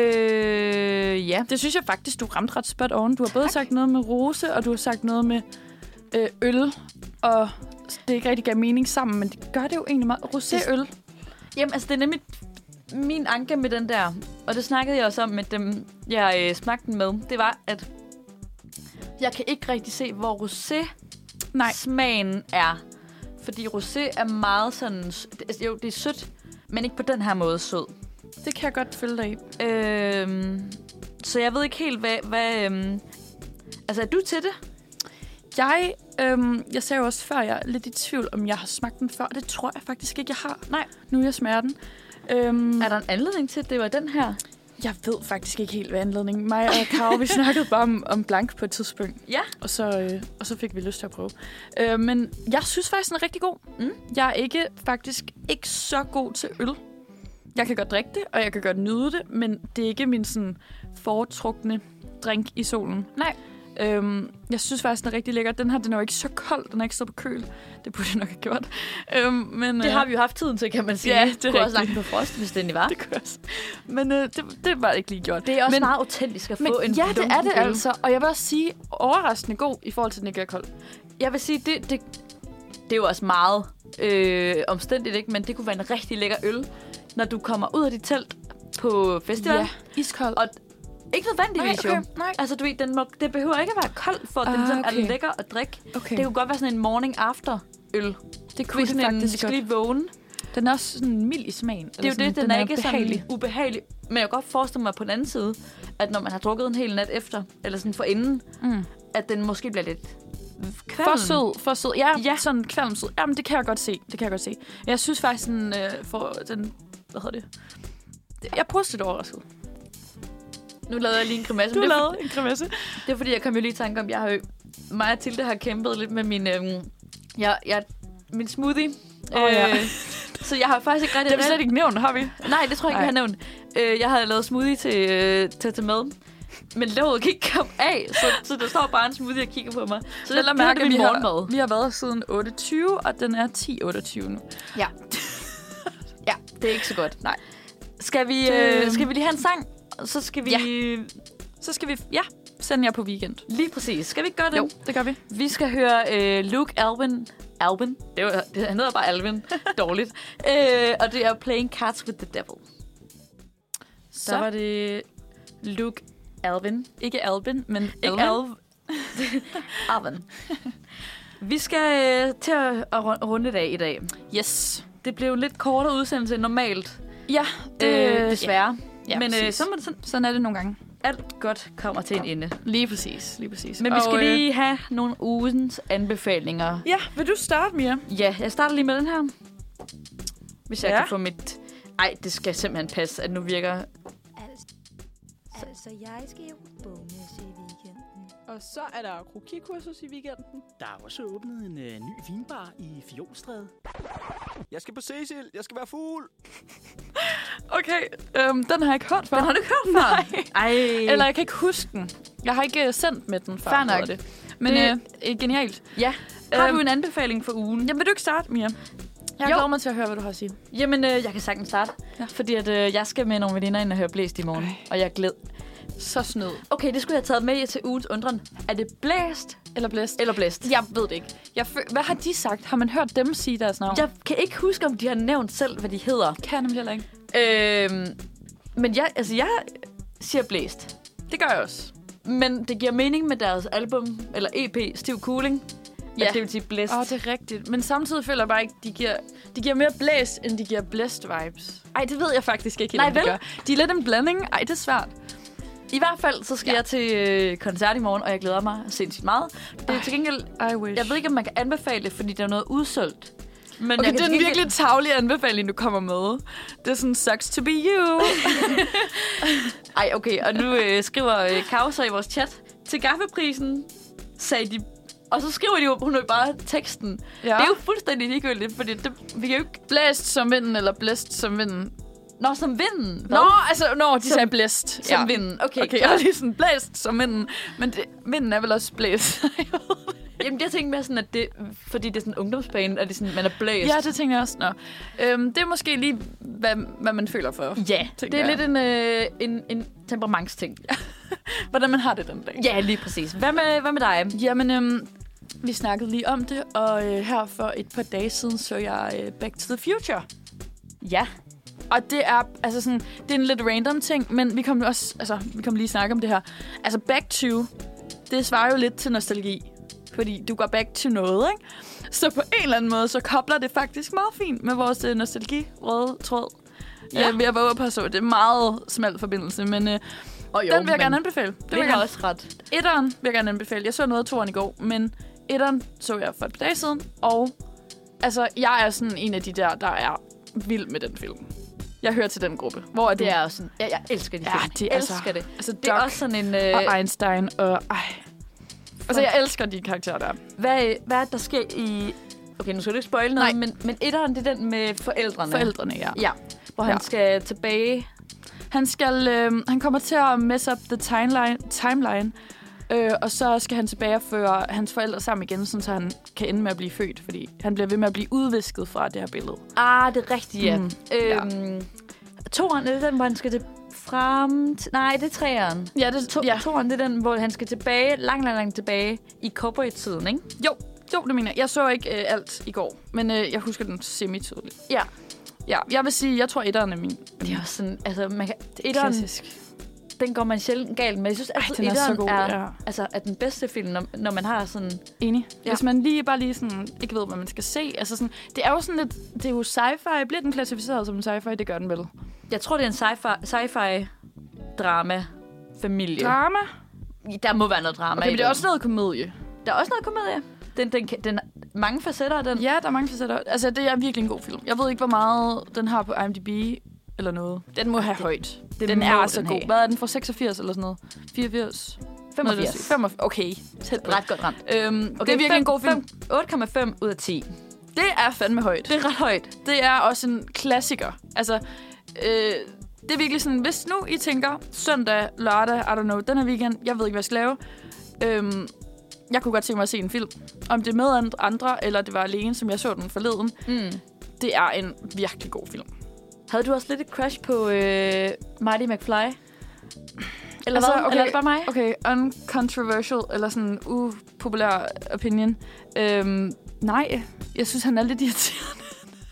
Øh, ja. Det synes jeg faktisk, du ramte ret spot on. Du har både sagt noget med rose, og du har sagt noget med øh, øl. Og det ikke rigtig gav mening sammen, men det gør det jo egentlig meget. Roséøl. Jamen, altså, det er nemlig min anke med den der. Og det snakkede jeg også om med dem, jeg øh, smagte den med. Det var, at jeg kan ikke rigtig se, hvor rosé-smagen er. Fordi rosé er meget sådan... Altså, jo, det er sødt, men ikke på den her måde sød. Det kan jeg godt følge dig i. Øhm, så jeg ved ikke helt, hvad... hvad øhm, altså, er du til det? Jeg, øhm, jeg sagde jo også før, jeg er lidt i tvivl, om jeg har smagt den før. Det tror jeg faktisk ikke, jeg har. Nej. Nu jeg smager den. Øhm, Er der en anledning til, at det var den her? Jeg ved faktisk ikke helt, hvad anledningen. Mig og Karo, vi snakkede bare om, om blank på et tidspunkt. Ja. Og så, øh, og så fik vi lyst til at prøve. Øh, men jeg synes faktisk, den er rigtig god. Mm. Jeg er ikke faktisk ikke så god til øl. Jeg kan godt drikke det, og jeg kan godt nyde det, men det er ikke min sådan foretrukne drink i solen. Nej. Øhm, jeg synes faktisk, den er rigtig lækker. Den her, den er jo ikke så kold. Den er ikke så på køl. Det burde jeg nok have gjort. Øhm, men, Det øh, har vi jo haft tiden til, kan man sige. Ja, det er kunne også rigtigt. lagt på frost, hvis det endelig var. Det kunne jeg også. Men øh, det, det var ikke lige gjort. Det er også men, meget autentisk at men, få en ja, det er lunken det øl. altså. Og jeg vil også sige, overraskende god i forhold til, at den ikke er kold. Jeg vil sige, det, det, det er jo også meget øh, omstændigt, ikke? Men det kunne være en rigtig lækker øl, når du kommer ud af dit telt på festival. Ja, iskold. Og ikke nødvendigvis Nej, okay. jo. Nej. Altså, du ved, den må, det behøver ikke at være kold, for at Ah, den sådan okay. er lækker at drikke. Okay. Det kunne godt være sådan en morning after øl. Det kunne det sådan en, faktisk du skal godt. lige vågne. Den er også sådan mild i smagen. Det er jo det, den, den er, er ikke behagelig. sådan ubehagelig. Men jeg kan godt forestille mig på den anden side, at når man har drukket en hel nat efter, eller sådan for inden, Mm. at den måske bliver lidt kvalm. For sød, for sød. Ja, Ja. ja. Sådan kvalmsød. Jamen, det kan jeg godt se. Det kan jeg godt se. Jeg synes faktisk, den, øh, for, den hvad hedder det? Jeg er positivt overrasket. Nu lavede jeg lige en grimasse. Du men det er lavede en grimasse. Det er fordi, jeg kom jo lige i tanke om, jeg har jo... Mig og Tilde har kæmpet lidt med min... Øhm, jeg, jeg, min smoothie. Åh, ja. Så jeg har faktisk ikke rigtig... Det har vi slet ikke nævnt, har vi? Nej, det tror jeg ikke, vi har nævnt. Øh, jeg havde lavet smoothie til, øh, til at tage med. Men låget kan ikke komme af, så, så der står bare en smoothie og kigger på mig. Så det, Vel at det, det er mærke, min vi morgenmad. har, vi har været siden otte tyve, og den er ti otteogtyve nu. Ja. Ja, det er ikke så godt. Nej. Skal vi, Det- øh, skal vi lige have en sang? Så skal vi... Ja. Så skal vi, ja, sende jer på weekend. Lige præcis. Skal vi ikke gøre det? Jo, det gør vi. Vi skal høre øh, Luke Alvin. Alvin? Det, var, det han hedder bare Alvin. Dårligt. Øh, og det er Playing Cards with the Devil. Så Der var det Luke Alvin. ikke Albin, men Ikke Alvin. Alv. Alvin. Vi skal øh, til at, at ru- runde det af i dag. Yes. Det blev lidt kortere udsendelse end normalt. Ja, Øh, desværre. Ja, Men øh, præcis. så må det sådan, Sådan er det nogle gange. alt godt kommer til en ende. Lige præcis, lige præcis. Men vi skal Og, øh, lige have nogle ugens anbefalinger. Ja, vil du starte, Mia? Ja, jeg starter lige med den her. Hvis jeg Ja. kan få mit... Ej, det skal simpelthen passe, at nu virker... Altså, altså, jeg skal jo bogmesse i weekenden. Og så er der krokikursus i weekenden. Der er også åbnet en øh, ny vinbar i Fiolstræde. Jeg skal på Cecil. Jeg skal være fugl. Okay, øhm, den har jeg ikke hørt før. Den har du ikke hørt før? Nej. Ej. Eller jeg kan ikke huske den. Jeg har ikke uh, sendt med den før. Fair nok. hedder Det. Men Det- det... øh, genialt. Ja. Har Øhm, du en anbefaling for ugen? Jamen, vil du ikke starte, Mia? Jeg Jo. glæder mig til at høre, hvad du har at sige. Jamen, øh, jeg kan sagtens starte. Ja. Fordi at, øh, jeg skal med nogle veninder ind og høre Blæst i morgen. Ej. Og jeg glæder... Så snød. Okay, det skulle jeg have taget med til ugens undren. Er det Blæst Eller blæst. eller Blæst? Jeg ved det ikke. Jeg fø- hvad har de sagt? Har man hørt dem sige deres navn? Jeg kan ikke huske, om de har nævnt selv, hvad de hedder. kan jeg nemlig heller ikke. Øhm, men jeg, altså, jeg siger Blæst. Det gør jeg også. Men det giver mening med deres album, eller E P, Stiv Cooling. Ja. At det vil sige Blæst. Åh, oh, det er rigtigt. Men samtidig føler jeg bare ikke, de giver, de giver mere blæst, end de giver blæst vibes. Ej, det ved jeg faktisk ikke helt, Nej, om de vel? gør. De er lidt en blanding. Ej, det er svært. I hvert fald, så skal Ja. jeg til øh, koncert i morgen, og jeg glæder mig sindssygt meget. Det er Ej. til gengæld... I wish. Jeg ved ikke, om man kan anbefale det, fordi der er noget udsolgt. Men Okay, jeg det kan er til en gengæld- virkelig tavlig anbefaling, du kommer med. Det er sådan, sucks to be you. Ej, okay, og nu øh, skriver øh, Kauser i vores chat. Til gaffeprisen sagde de... Og så skriver de jo, hun er jo bare teksten. Ja. Det er jo fuldstændig ligegyldigt, fordi det, vi kan jo ikke... Blæst som vinden, eller blæst som vinden. Nå, som vinden. Hvad? Nå, altså, nå, de Som- sagde blæst. Som vinden. Okay, Okay, jeg klart. er lige sådan blæst som vinden. Men det, vinden er vel også blæst. Jamen, jeg tænkte mere sådan, at det, fordi det er sådan en ungdomsbane, at det sådan, man er blæst. Ja, det tænker jeg også. Nå. Øhm, det er måske lige, hvad, hvad man føler for. Ja, det er jeg. lidt en, øh, en, en temperamentsting. Hvordan man har det den dag. Ja, lige præcis. Hvad med, hvad med dig? Jamen, øhm, vi snakkede lige om det, og øh, her for et par dage siden så jeg øh, Back to the Future. Ja. Og det er, altså sådan, det er en lidt random ting, men vi kom også, altså, vi kom lige snakke om det her. Altså, back to, det svarer jo lidt til nostalgi, fordi du går back to noget, ikke? Så på en eller anden måde, så kobler det faktisk meget fint med vores øh, nostalgi-røde tråd. Ja. Øh, vi har været ude på at så, det er meget smal forbindelse, men øh, oh, jo, den vil jeg gerne anbefale. Det vil jeg også ret. Etteren vil jeg gerne anbefale. Jeg så noget af toeren i går, men etteren så jeg for et par dage siden, og altså, jeg er sådan en af de der, der er vild med den film. Jeg hører til den gruppe. Hvor er du? Det er også sådan, jeg, jeg elsker de film. Ja, det er elsker altså, det. Altså, det er også sådan en... Øh, og Einstein og... Ej. Altså, jeg elsker de karakterer der. Hvad, hvad er det, der sker i... Okay, nu skal du ikke spoile noget, men, men etteren, det er den med forældrene. Forældrene, ja. Ja, hvor han ja. skal tilbage. Han skal... Øh, han kommer til at mess up the timeline, timeline øh, og så skal han tilbage og føre hans forældre sammen igen, så han kan ende med at blive født, fordi han bliver ved med at blive udvisket fra det her billede. Ah, det er rigtigt, ja. Mm. ja. Øhm, toeren, er det den, hvor han skal til frem... T- Nej, det er treeren. Ja, det, to- ja. Toeren, det er den, hvor han skal tilbage, langt, langt, langt tilbage i cowboy-tiden, ikke? Jo, jo, det mener jeg. Jeg så ikke øh, alt i går, men øh, jeg husker den semi-tydeligt. Ja. Ja, jeg vil sige, jeg tror, etteren er min. Det er også sådan, altså, man kan... Det er etteren, klassisk. Den går man sjældent galt med. Jeg synes altid, den er etteren så god, er, ja. altså, er den bedste film, når, når man har sådan... Enig. Ja. Hvis man lige bare lige sådan, ikke ved, hvad man skal se. Altså sådan, det er jo sådan lidt... Det er jo sci-fi. Bliver den klassificeret som en sci-fi? Det gør den vel. Jeg tror, det er en sci-fi, sci-fi drama-familie. Drama? Der må være noget drama okay, i men det er også noget komedie. Der er også noget komedie. Den, den, den, mange facetter af den. Ja, der er mange facetter. Altså, det er virkelig en god film. Jeg ved ikke, hvor meget den har på I M D B eller noget. Den må have det, højt. Det den er så god. Have. Hvad er den fra seksogfirs eller sådan noget? fireogfirs? femogfirs. femogfirs. Okay, tæt på. Ret godt ramt. Øhm, okay, det er virkelig fem, en god film. otte komma fem ud af ti. Det er fandme højt. Det er ret højt. Det er også en klassiker. Altså, øh, det er virkelig sådan, hvis nu I tænker, søndag, lørdag, I don't know, den her weekend, jeg ved ikke, hvad jeg skal lave. Øhm, jeg kunne godt tænke mig at se en film. Om det er med andre, eller det var alene, som jeg så den forleden. Mm. Det er en virkelig god film. Havde du også lidt et crush på øh, Marty McFly? Eller altså, hvad? Okay, eller er det bare mig? Okay, uncontroversial, eller sådan upopulær opinion. Øhm, nej, jeg synes, han er lidt irriterende.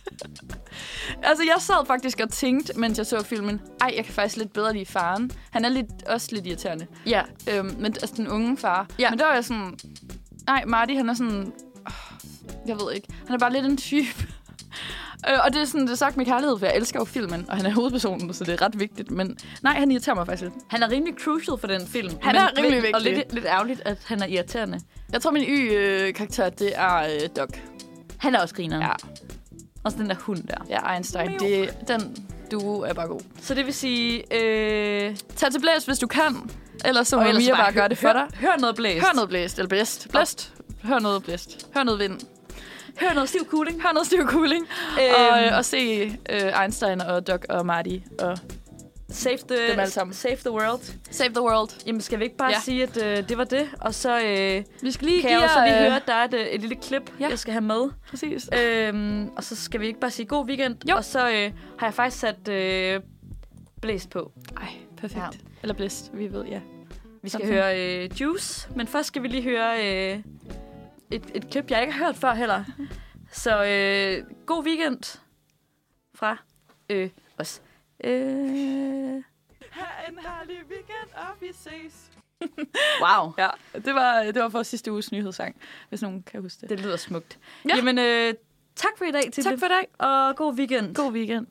Altså, jeg sad faktisk og tænkte, mens jeg så filmen, ej, jeg kan faktisk lidt bedre lide faren. Han er lidt, også lidt irriterende. Ja. Øhm, men altså, den unge far. Ja. Men der var jeg sådan, nej, Marty, han er sådan, øh, jeg ved ikke, han er bare lidt en type. øh, og det er sådan, det er sagt med kærlighed, for jeg elsker jo filmen, og han er hovedpersonen, så det er ret vigtigt. Men nej, han irriterer mig faktisk lidt. Han er rimelig crucial for den film. Han er rimelig vigtig. Og lidt, lidt ærgerligt, at han er irriterende. Jeg tror, min y-karakter, det er øh, Doc. Han er også grineren. Ja. Og så den der hund der. Ja, Einstein. Det, den duo er bare god. Så det vil sige... Øh... Tag til blæst, hvis du kan. Ellers så må ellers Mia bare, bare gøre det for hør, dig. Hør noget blæst. Hør noget blæst. Eller blæst. Blæst. Hør noget blæst. Hør noget vind. Hør noget stiv cooling. Hør noget stiv cooling. Øhm. Og, og se øh, Einstein og Doc og Marty og... Save the, dem alle sammen. Save the world. Save the world. Jamen, skal vi ikke bare ja. sige, at øh, det var det? Og så øh, vi skal lige kan give jeg også lige øh... høre, at der er et, et lille klip, ja. jeg skal have med. Præcis. Øhm, og så skal vi ikke bare sige god weekend. Jo. Og så øh, har jeg faktisk sat øh, blæst på. Ej, perfekt. Ja. Eller blæst, vi ved, ja. Vi skal okay. høre øh, Juice, men først skal vi lige høre øh, et, et klip, jeg ikke har hørt før heller. Så øh, god weekend fra øh, os. Øh... Ha' en herlig weekend, og vi ses. Wow. Ja, det var, det var for sidste uges nyhedssang, hvis nogen kan huske det. Det lyder smukt. Ja. Jamen, øh, tak for i dag, Tilde. Tak for i dag. Og god weekend. God weekend.